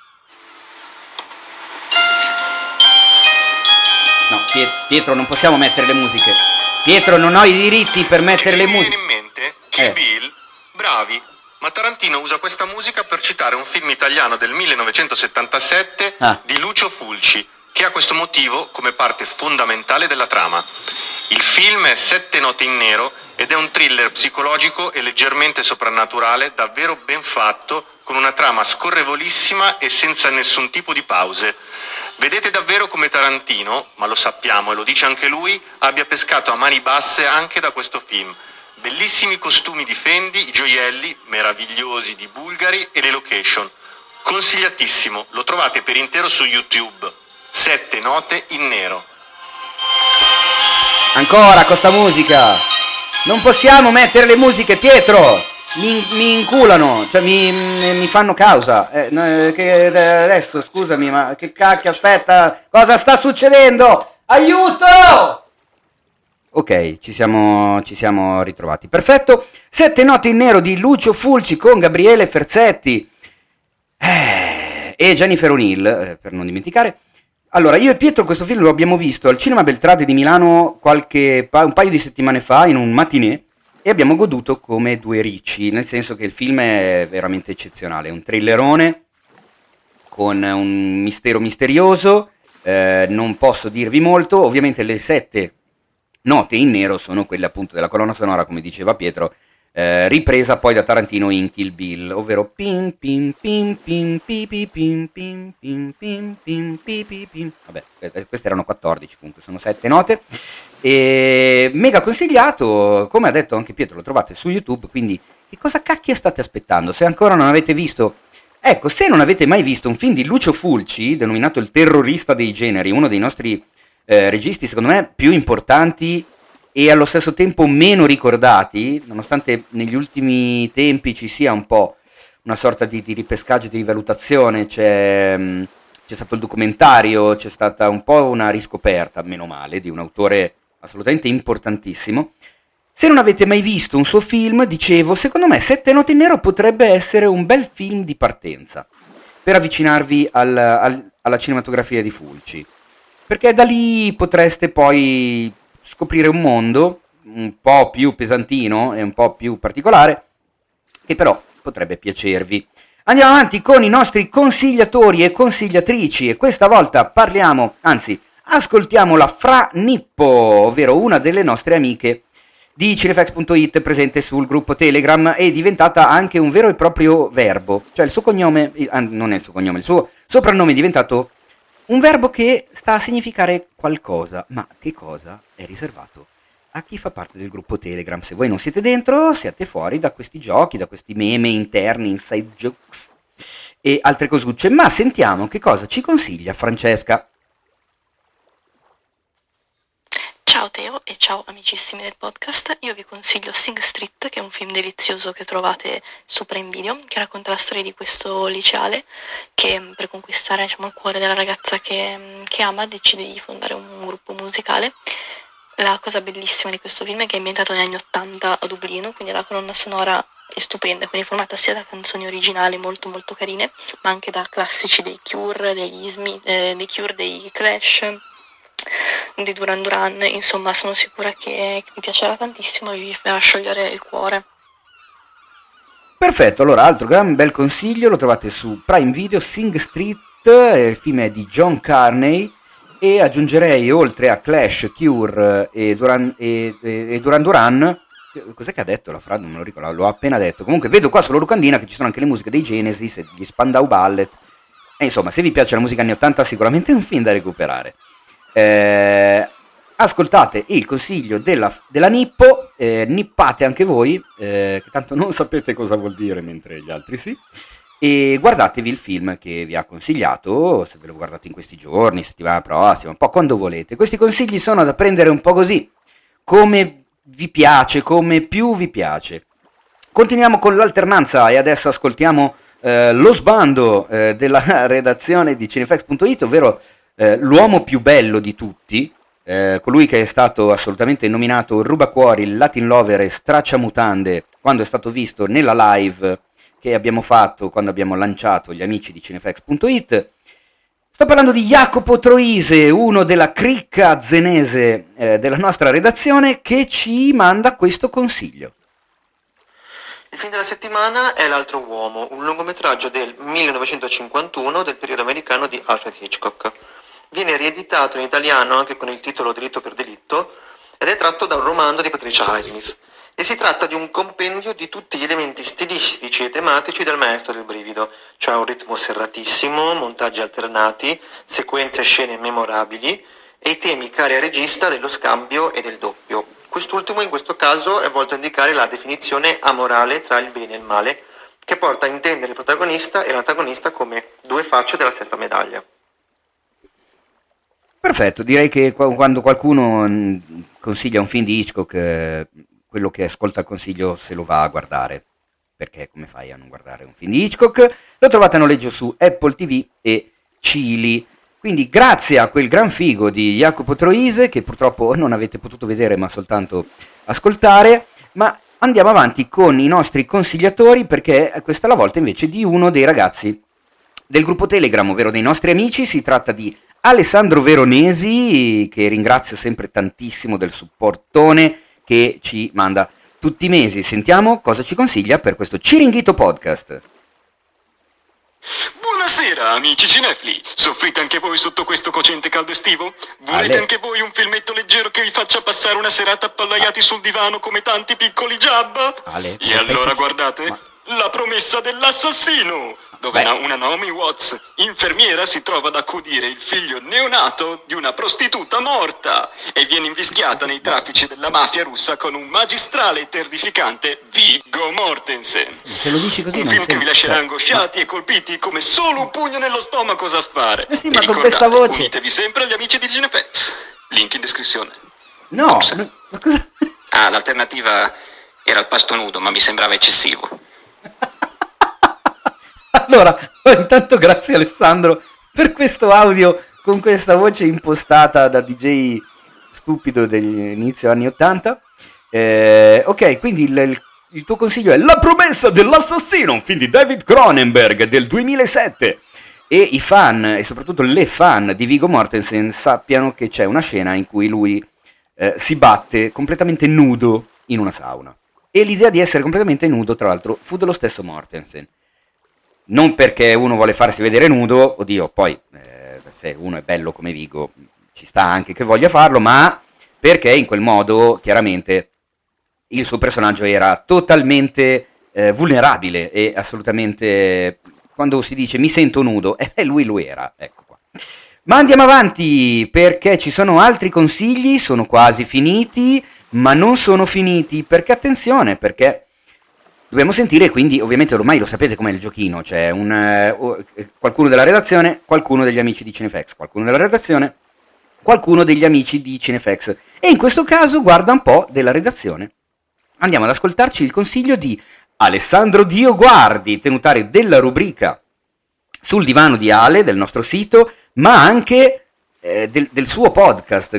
No, Pietro, non possiamo mettere le musiche. Pietro, non ho i diritti per mettere le musiche. Mi viene in mente Kill Bill, bravi, ma Tarantino usa questa musica per citare un film italiano del 1977 di Lucio Fulci, che ha questo motivo come parte fondamentale della trama. Il film è Sette note in nero ed è un thriller psicologico e leggermente soprannaturale, davvero ben fatto, con una trama scorrevolissima e senza nessun tipo di pause. Vedete davvero come Tarantino, ma lo sappiamo e lo dice anche lui, abbia pescato a mani basse anche da questo film. Bellissimi costumi di Fendi, i gioielli meravigliosi di Bulgari e le location. Consigliatissimo, lo trovate per intero su YouTube. Sette note in nero. Ancora con sta musica. Non possiamo mettere le musiche, Pietro. Mi inculano, cioè mi fanno causa. Che adesso scusami, ma che cacchio, aspetta, cosa sta succedendo? Aiuto! Ok, ci siamo ritrovati. Perfetto. Sette note in nero di Lucio Fulci con Gabriele Ferzetti e Jennifer O'Neill, per non dimenticare. Allora, io e Pietro questo film lo abbiamo visto al Cinema Beltrade di Milano un paio di settimane fa, in un matinée, e abbiamo goduto come due ricci, nel senso che il film è veramente eccezionale, è un thrillerone con un mistero misterioso, non posso dirvi molto, ovviamente le sette note in nero sono quelle appunto della colonna sonora, come diceva Pietro, ripresa poi da Tarantino in Kill Bill, ovvero pim pim pim pim pim pim pim pim pim pim pim pim pim. Vabbè, queste erano 14, comunque sono 7 note, e mega consigliato, come ha detto anche Pietro, lo trovate su YouTube, quindi che cosa cacchio state aspettando? Se ancora non avete visto, ecco, se non avete mai visto un film di Lucio Fulci, denominato il terrorista dei generi, uno dei nostri registi secondo me più importanti e allo stesso tempo meno ricordati, nonostante negli ultimi tempi ci sia un po' una sorta di ripescaggio, di rivalutazione, c'è stato il documentario, c'è stata un po' una riscoperta, meno male, di un autore assolutamente importantissimo. Se non avete mai visto un suo film, dicevo, secondo me Sette note in nero potrebbe essere un bel film di partenza per avvicinarvi alla cinematografia di Fulci, perché da lì potreste poi scoprire un mondo un po' più pesantino e un po' più particolare, che però potrebbe piacervi. Andiamo avanti con i nostri consigliatori e consigliatrici, e questa volta ascoltiamo la Fra Nippo, ovvero una delle nostre amiche di Cinefax.it, presente sul gruppo Telegram, è diventata anche un vero e proprio verbo, cioè il suo cognome, non è il suo cognome, il suo soprannome è diventato un verbo che sta a significare qualcosa, ma che cosa è riservato a chi fa parte del gruppo Telegram. Se voi non siete dentro, siete fuori da questi giochi, da questi meme interni, inside jokes e altre cosucce. Ma sentiamo che cosa ci consiglia Francesca. Ciao Teo e ciao amicissimi del podcast, io vi consiglio Sing Street, che è un film delizioso che trovate su Prime Video, che racconta la storia di questo liceale che per conquistare, diciamo, il cuore della ragazza che ama decide di fondare un gruppo musicale. La cosa bellissima di questo film è che è ambientato negli anni 80 a Dublino, quindi la colonna sonora è stupenda, quindi formata sia da canzoni originali molto molto carine, ma anche da classici dei Cure, dei Cure, dei Clash, di Duran Duran. Insomma, sono sicura che mi piacerà tantissimo e vi farà sciogliere il cuore. Perfetto, allora altro gran bel consiglio lo trovate su Prime Video, Sing Street, il film è di John Carney, e aggiungerei, oltre a Clash, Cure e Duran Duran, cos'è che ha detto la Fra? Non me lo ricordo, l'ho appena detto. Comunque vedo qua sulla locandina che ci sono anche le musiche dei Genesis e gli Spandau Ballet, e insomma, se vi piace la musica anni 80 sicuramente è un film da recuperare. Ascoltate il consiglio della Nippo, nippate anche voi, che tanto non sapete cosa vuol dire mentre gli altri sì, e guardatevi il film che vi ha consigliato, se ve lo guardate in questi giorni, settimana prossima, un po' quando volete. Questi consigli sono da prendere un po' così, come vi piace, come più vi piace. Continuiamo con l'alternanza e adesso ascoltiamo lo sbando della redazione di Cinefx.it, ovvero l'uomo più bello di tutti, colui che è stato assolutamente nominato rubacuori, il Latin Lover e stracciamutande quando è stato visto nella live che abbiamo fatto quando abbiamo lanciato gli amici di Cinefx.it. Sto parlando di Jacopo Troise, uno della cricca zenese della nostra redazione, che ci manda questo consiglio. Il film della settimana è L'altro uomo, un lungometraggio del 1951 del periodo americano di Alfred Hitchcock. Viene rieditato in italiano anche con il titolo Delitto per delitto ed è tratto da un romanzo di Patricia Highsmith. E si tratta di un compendio di tutti gli elementi stilistici e tematici del Maestro del brivido, cioè un ritmo serratissimo, montaggi alternati, sequenze e scene memorabili e i temi cari al regista dello scambio e del doppio. Quest'ultimo in questo caso è volto a indicare la definizione amorale tra il bene e il male, che porta a intendere il protagonista e l'antagonista come due facce della stessa medaglia. Perfetto, direi che quando qualcuno consiglia un film di Hitchcock, quello che ascolta il consiglio se lo va a guardare, perché come fai a non guardare un film di Hitchcock? Lo trovate a noleggio su Apple TV e Chili. Quindi grazie a quel gran figo di Jacopo Troise, che purtroppo non avete potuto vedere ma soltanto ascoltare, ma andiamo avanti con i nostri consigliatori, perché questa è la volta invece di uno dei ragazzi del gruppo Telegram, ovvero dei nostri amici. Si tratta di Alessandro Veronesi, che ringrazio sempre tantissimo del supportone che ci manda tutti i mesi. Sentiamo cosa ci consiglia per questo Ciringhito Podcast. Buonasera amici cinefili, soffrite anche voi sotto questo cocente caldo estivo? Volete anche voi un filmetto leggero che vi faccia passare una serata appollaiati sul divano come tanti piccoli Jabba? E allora guardate La promessa dell'assassino, dove una Naomi Watts, infermiera, si trova ad accudire il figlio neonato di una prostituta morta e viene invischiata nei traffici della mafia russa con un magistrale e terrificante Viggo Mortensen. Se lo dici così un film che vi lascerà angosciati e colpiti come solo un pugno nello stomaco sa fare. Sì, ma con questa voce unitevi sempre agli amici di Cinefx. Link in descrizione. No, ma cosa? Ah, l'alternativa era il pasto nudo, ma mi sembrava eccessivo. Allora, intanto grazie Alessandro per questo audio con questa voce impostata da DJ stupido dell'inizio anni 80. Ok, quindi il tuo consiglio è La promessa dell'assassino, un film di David Cronenberg del 2007. E i fan, e soprattutto le fan di Viggo Mortensen, sappiano che c'è una scena in cui lui si batte completamente nudo in una sauna. E l'idea di essere completamente nudo, tra l'altro, fu dello stesso Mortensen. Non perché uno vuole farsi vedere nudo, oddio, poi se uno è bello come Viggo ci sta anche che voglia farlo, ma perché in quel modo chiaramente il suo personaggio era totalmente vulnerabile e assolutamente, quando si dice mi sento nudo, lui era, ecco qua. Ma andiamo avanti, perché ci sono altri consigli, sono quasi finiti, ma non sono finiti, perché attenzione, perché dobbiamo sentire, quindi ovviamente ormai lo sapete com'è il giochino, c'è qualcuno della redazione, qualcuno degli amici di Cinefx, qualcuno della redazione, qualcuno degli amici di Cinefx. E in questo caso, guarda un po' della redazione. Andiamo ad ascoltarci il consiglio di Alessandro Dioguardi, tenutario della rubrica Sul divano di Ale, del nostro sito, ma anche del suo podcast, che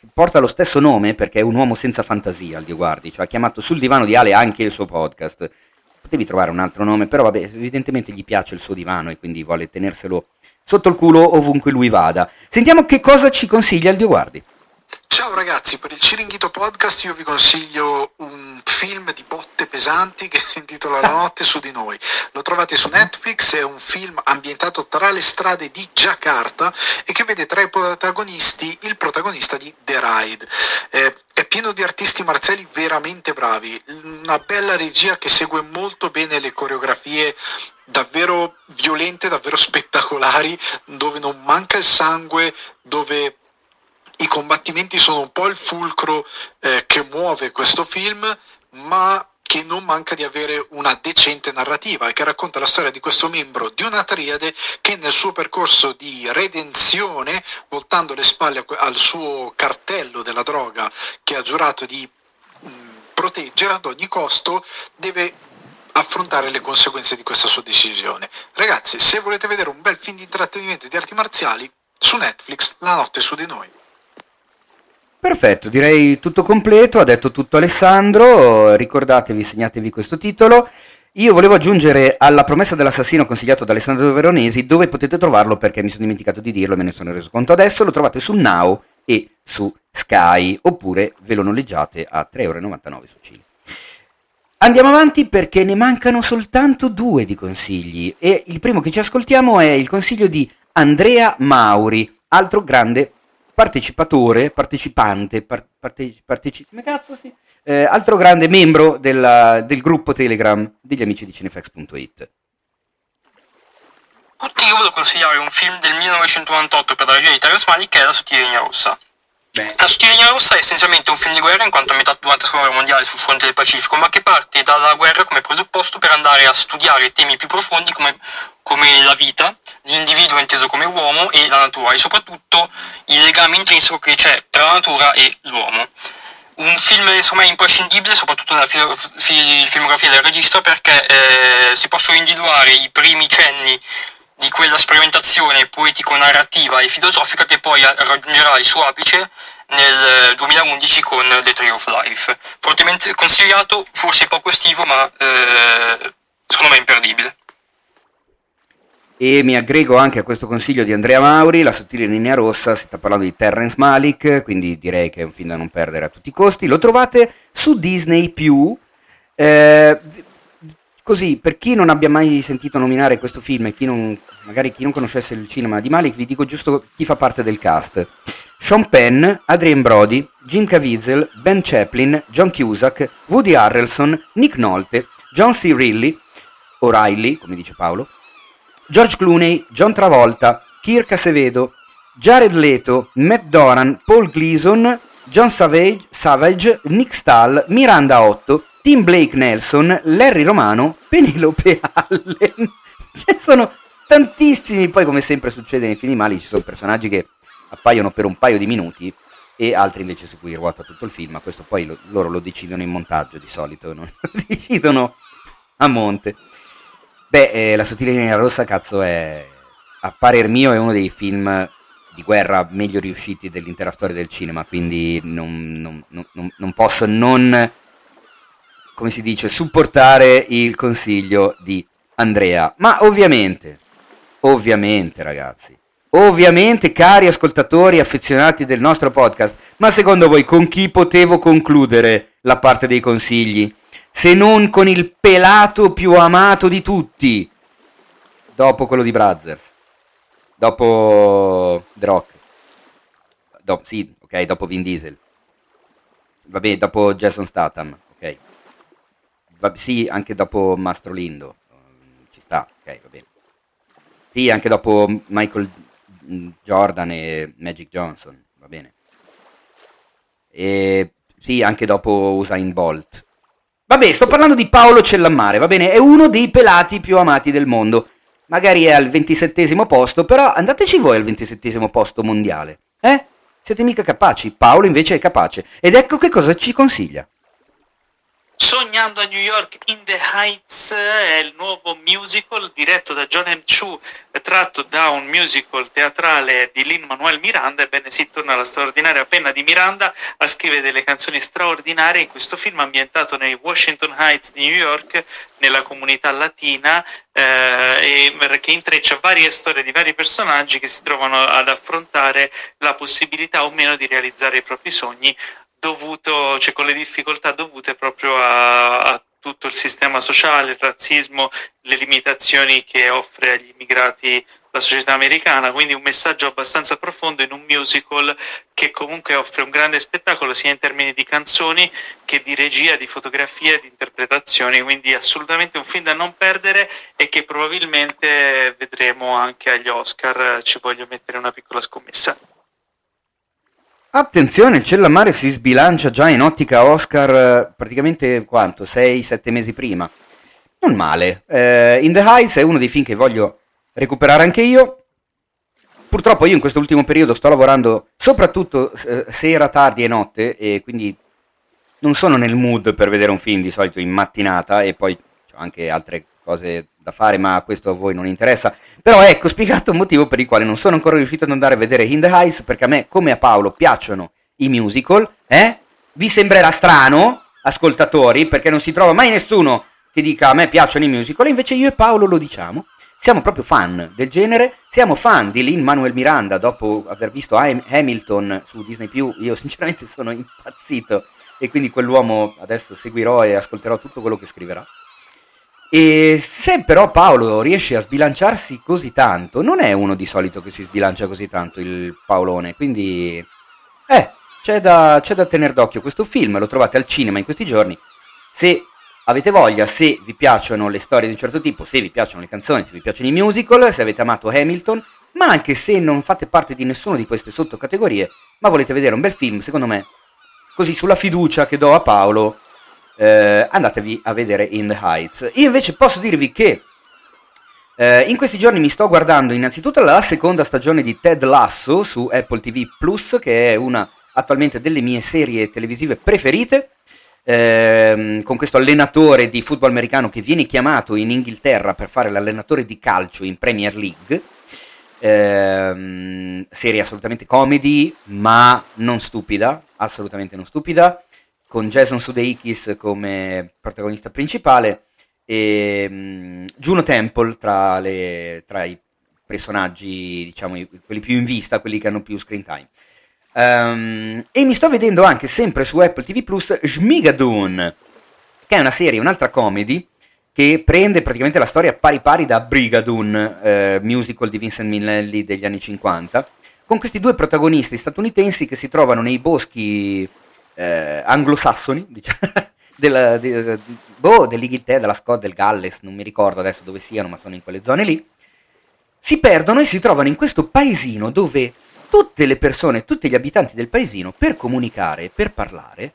porta lo stesso nome perché è un uomo senza fantasia, il Dio guardi, cioè ha chiamato Sul divano di Ale anche il suo podcast. Potevi trovare un altro nome, però vabbè, evidentemente gli piace il suo divano e quindi vuole tenerselo sotto il culo ovunque lui vada. Sentiamo che cosa ci consiglia il Dio guardi. Ciao ragazzi, per il Ciringhito Podcast io vi consiglio un film di botte pesanti che si intitola La notte su di noi. Lo trovate su Netflix, è un film ambientato tra le strade di Giacarta e che vede tra i protagonisti il protagonista di The Raid. È pieno di artisti marziali veramente bravi, una bella regia che segue molto bene le coreografie davvero violente, davvero spettacolari, dove non manca il sangue, dove i combattimenti sono un po' il fulcro che muove questo film, ma che non manca di avere una decente narrativa e che racconta la storia di questo membro di una triade che nel suo percorso di redenzione, voltando le spalle al suo cartello della droga che ha giurato di proteggere ad ogni costo, deve affrontare le conseguenze di questa sua decisione. Ragazzi, se volete vedere un bel film di intrattenimento e di arti marziali, su Netflix, La notte su di noi. Perfetto, direi tutto completo, ha detto tutto Alessandro, ricordatevi, segnatevi questo titolo. Io volevo aggiungere alla promessa dell'assassino consigliato da Alessandro Veronesi, dove potete trovarlo perché mi sono dimenticato di dirlo e me ne sono reso conto adesso, lo trovate su Now e su Sky, oppure ve lo noleggiate a 3,99€ su Cili. Andiamo avanti perché ne mancano soltanto 2 di consigli e il primo che ci ascoltiamo è il consiglio di Andrea Mauri, altro grande altro grande membro del gruppo Telegram degli amici di Cinefx.it. Tutti, io volevo consigliare un film del 1998 per la regia di Terrence Malick, che è La sottile linea rossa. La sottile linea rossa è essenzialmente un film di guerra in quanto ambientato durante la seconda guerra mondiale sul fronte del Pacifico, ma che parte dalla guerra come presupposto per andare a studiare temi più profondi come la vita, l'individuo inteso come uomo e la natura, e soprattutto il legame intrinseco che c'è tra la natura e l'uomo. Un film insomma imprescindibile, soprattutto nella filmografia del regista, perché si possono individuare i primi cenni di quella sperimentazione poetico-narrativa e filosofica che poi raggiungerà il suo apice nel 2011 con The Tree of Life. Fortemente consigliato, forse poco estivo, ma secondo me imperdibile. E mi aggrego anche a questo consiglio di Andrea Mauri, La sottile linea rossa, si sta parlando di Terrence Malick, quindi direi che è un film da non perdere a tutti i costi. Lo trovate su Disney+. Così, per chi non abbia mai sentito nominare questo film e magari chi non conoscesse il cinema di Malick, vi dico giusto chi fa parte del cast. Sean Penn, Adrien Brody, Jim Caviezel, Ben Chaplin, John Cusack, Woody Harrelson, Nick Nolte, John C. O'Reilly, come dice Paolo, George Clooney, John Travolta, Kirk Acevedo, Jared Leto, Matt Doran, Paul Gleason, John Savage, Nick Stahl, Miranda Otto, Tim Blake Nelson, Larry Romano, Penelope Allen. Ce sono tantissimi, poi come sempre succede nei film di Malick ci sono personaggi che appaiono per un paio di minuti e altri invece su cui ruota tutto il film, ma questo poi loro lo decidono in montaggio di solito, non lo decidono a monte. La sottile linea rossa, cazzo, è, a parer mio, è uno dei film di guerra meglio riusciti dell'intera storia del cinema, quindi non posso non, come si dice, supportare il consiglio di Andrea. Ma ovviamente ragazzi, ovviamente cari ascoltatori affezionati del nostro podcast, ma secondo voi con chi potevo concludere la parte dei consigli? Se non con il pelato più amato di tutti, dopo quello di Brothers, dopo The Rock, dopo Vin Diesel, vabbè, dopo Jason Statham, ok, sì, anche dopo Mastro Lindo, ci sta, ok, va bene, sì, anche dopo Michael Jordan e Magic Johnson, va bene, e sì, anche dopo Usain Bolt. Vabbè, sto parlando di Paolo Cellammare, va bene? È uno dei pelati più amati del mondo. Magari è al 27° posto, però andateci voi al 27° posto mondiale. Siete mica capaci, Paolo invece è capace. Ed ecco che cosa ci consiglia. Sognando a New York, In the Heights è il nuovo musical diretto da John M. Chu, tratto da un musical teatrale di Lin-Manuel Miranda. Ebbene sì, torna alla straordinaria penna di Miranda a scrivere delle canzoni straordinarie in questo film ambientato nei Washington Heights di New York, nella comunità latina, e che intreccia varie storie di vari personaggi che si trovano ad affrontare la possibilità o meno di realizzare i propri sogni, con le difficoltà dovute proprio a tutto il sistema sociale, il razzismo, le limitazioni che offre agli immigrati la società americana. Quindi un messaggio abbastanza profondo in un musical che comunque offre un grande spettacolo sia in termini di canzoni che di regia, di fotografia e di interpretazioni. Quindi assolutamente un film da non perdere e che probabilmente vedremo anche agli Oscar. Ci voglio mettere una piccola scommessa. Attenzione, il Cellamare si sbilancia già in ottica Oscar praticamente 6-7 mesi prima. Non male. In the Heights è uno dei film che voglio recuperare anche io. Purtroppo io in questo ultimo periodo sto lavorando soprattutto sera, tardi e notte, e quindi non sono nel mood per vedere un film di solito in mattinata, e poi ho anche altre cose da fare, ma questo a voi non interessa. Però ecco spiegato un motivo per il quale non sono ancora riuscito ad andare a vedere In the Heights, perché a me, come a Paolo, piacciono i musical. Vi sembrerà strano, ascoltatori, perché non si trova mai nessuno che dica a me piacciono i musical, e invece io e Paolo lo diciamo. Siamo proprio fan del genere, siamo fan di Lin-Manuel Miranda. Dopo aver visto Hamilton su Disney+, io sinceramente sono impazzito, e quindi quell'uomo adesso seguirò e ascolterò tutto quello che scriverà. E se però Paolo riesce a sbilanciarsi così tanto, non è uno di solito che si sbilancia così tanto il Paolone, quindi c'è da tenere d'occhio questo film. Lo trovate al cinema in questi giorni. Se avete voglia, se vi piacciono le storie di un certo tipo, se vi piacciono le canzoni, se vi piacciono i musical, se avete amato Hamilton, ma anche se non fate parte di nessuna di queste sottocategorie, ma volete vedere un bel film, secondo me, così sulla fiducia che do a Paolo, andatevi a vedere In the Heights. Io invece posso dirvi che in questi giorni mi sto guardando innanzitutto la seconda stagione di Ted Lasso su Apple TV Plus, che è una attualmente delle mie serie televisive preferite, con questo allenatore di football americano che viene chiamato in Inghilterra per fare l'allenatore di calcio in Premier League. Serie assolutamente comedy, ma non stupida, assolutamente non stupida, con Jason Sudeikis come protagonista principale e Juno Temple tra i personaggi, diciamo, quelli più in vista, quelli che hanno più screen time. E mi sto vedendo anche, sempre su Apple TV Plus, Schmigadoon, che è una serie, un'altra comedy, che prende praticamente la storia pari pari da Brigadoon, musical di Vincent Minnelli degli anni 50, con questi due protagonisti statunitensi che si trovano nei boschi anglosassoni, diciamo, dell'Inghilterra, della Scozia, del Galles, non mi ricordo adesso dove siano, ma sono in quelle zone lì. Si perdono e si trovano in questo paesino dove tutte le persone, tutti gli abitanti del paesino, per comunicare, per parlare,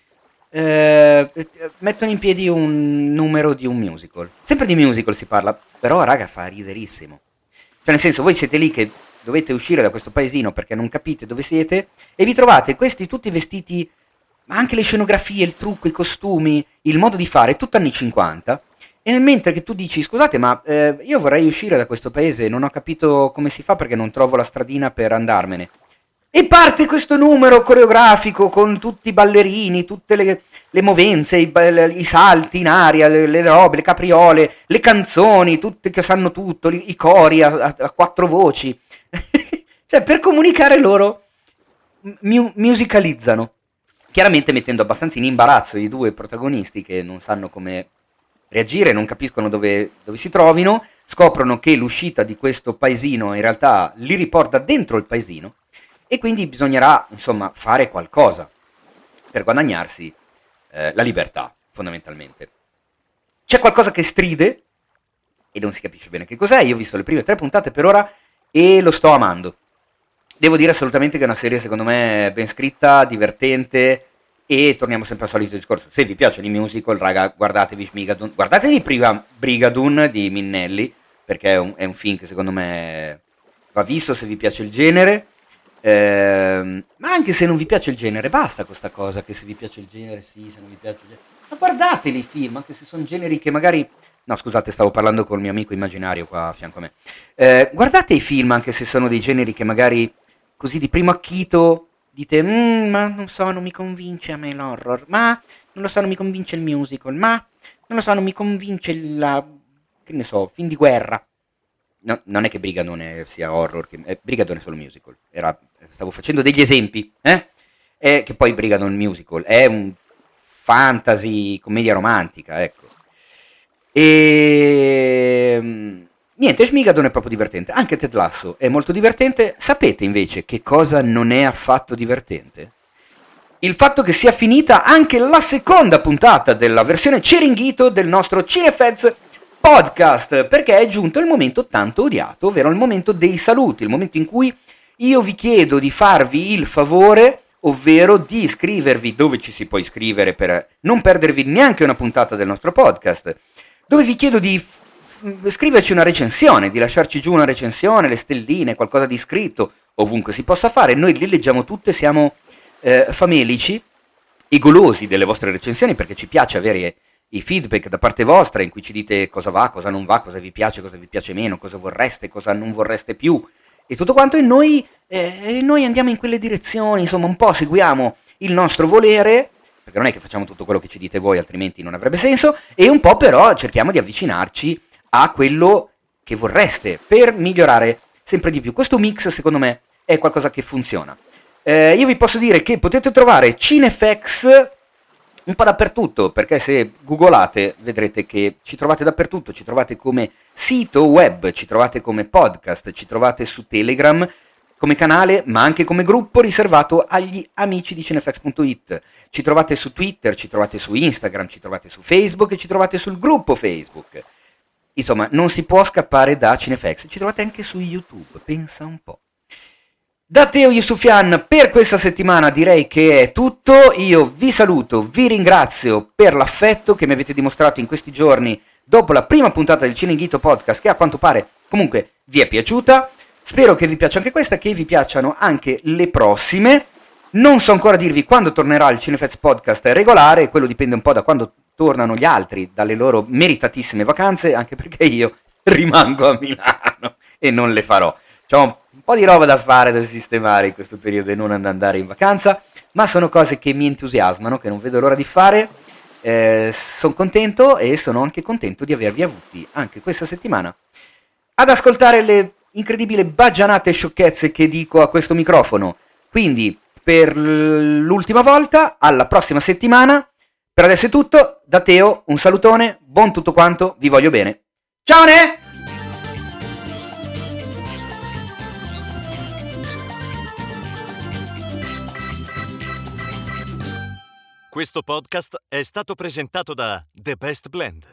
mettono in piedi un numero di un musical. Sempre di musical si parla, però raga, fa riderissimo. Cioè, nel senso, voi siete lì che dovete uscire da questo paesino perché non capite dove siete, e vi trovate questi tutti vestiti, ma anche le scenografie, il trucco, i costumi, il modo di fare, tutto anni 50. E mentre che tu dici, scusate, ma io vorrei uscire da questo paese, non ho capito come si fa perché non trovo la stradina per andarmene. E parte questo numero coreografico con tutti i ballerini, tutte le movenze, i salti in aria, le robe, le capriole, le canzoni, tutte che sanno tutto, i cori a quattro voci. Cioè, per comunicare loro musicalizzano, chiaramente mettendo abbastanza in imbarazzo i due protagonisti che non sanno come reagire, non capiscono dove si trovino, scoprono che l'uscita di questo paesino in realtà li riporta dentro il paesino, e quindi bisognerà, insomma, fare qualcosa per guadagnarsi la libertà, fondamentalmente. C'è qualcosa che stride e non si capisce bene che cos'è. Io ho visto le prime 3 puntate per ora e lo sto amando. Devo dire assolutamente che è una serie, secondo me, ben scritta, divertente, e torniamo sempre al solito discorso. Se vi piacciono i musical, raga, guardatevi Schmigadoon, guardatevi prima Brigadoon di Minnelli, perché è un film che secondo me va visto se vi piace il genere. Ma anche se non vi piace il genere, basta questa cosa, che se vi piace il genere sì, se non vi piace il genere... Ma guardateli i film, anche se sono generi che magari... No, scusate, stavo parlando col mio amico immaginario qua a fianco a me. Guardate i film anche se sono dei generi che magari così di primo acchito dite ma non so, non mi convince a me l'horror, ma non lo so, non mi convince il musical, ma non lo so, non mi convince che ne so, film di guerra. No, non è che Brigadone sia horror, Brigadone è solo musical. Stavo facendo degli esempi, che poi Brigadone musical è un fantasy, commedia romantica, ecco. E niente, Schmigadon è proprio divertente, anche Ted Lasso è molto divertente. Sapete invece che cosa non è affatto divertente? Il fatto che sia finita anche la seconda puntata della versione Ciringhito del nostro Cinefeds podcast, perché è giunto il momento tanto odiato, ovvero il momento dei saluti, il momento in cui io vi chiedo di farvi il favore, ovvero di iscrivervi dove ci si può iscrivere per non perdervi neanche una puntata del nostro podcast, dove vi chiedo di scriverci una recensione, di lasciarci giù una recensione, le stelline, qualcosa di scritto, ovunque si possa fare. Noi li leggiamo tutte, siamo famelici e golosi delle vostre recensioni, perché ci piace avere i feedback da parte vostra in cui ci dite cosa va, cosa non va, cosa vi piace meno, cosa vorreste, cosa non vorreste più e tutto quanto, e noi andiamo in quelle direzioni, insomma un po' seguiamo il nostro volere, perché non è che facciamo tutto quello che ci dite voi, altrimenti non avrebbe senso, e un po' però cerchiamo di avvicinarci a quello che vorreste per migliorare sempre di più. Questo mix secondo me è qualcosa che funziona. Io vi posso dire che potete trovare Cinefx un po' dappertutto, perché se googolate vedrete che ci trovate dappertutto, ci trovate come sito web, ci trovate come podcast, ci trovate su Telegram come canale, ma anche come gruppo riservato agli amici di Cinefx.it. Ci trovate su Twitter, ci trovate su Instagram, ci trovate su Facebook e ci trovate sul gruppo Facebook. Insomma, non si può scappare da Cinefx. Ci trovate anche su YouTube, pensa un po'. Da Teo Yusufian per questa settimana direi che è tutto. Io vi saluto, vi ringrazio per l'affetto che mi avete dimostrato in questi giorni dopo la prima puntata del Ciringhito Podcast, che a quanto pare comunque vi è piaciuta. Spero che vi piaccia anche questa, che vi piacciono anche le prossime. Non so ancora dirvi quando tornerà il Cinefeds Podcast regolare, quello dipende un po' da quando tornano gli altri dalle loro meritatissime vacanze, anche perché io rimango a Milano e non le farò. C'ho un po' di roba da fare, da sistemare in questo periodo e non andare in vacanza, ma sono cose che mi entusiasmano, che non vedo l'ora di fare. Sono contento e sono anche contento di avervi avuti anche questa settimana ad ascoltare le incredibili baggianate e sciocchezze che dico a questo microfono. Quindi per l'ultima volta, alla prossima settimana. Per adesso è tutto, da Teo un salutone, buon tutto quanto, vi voglio bene. Ciao ne! Questo podcast è stato presentato da The Best Blend,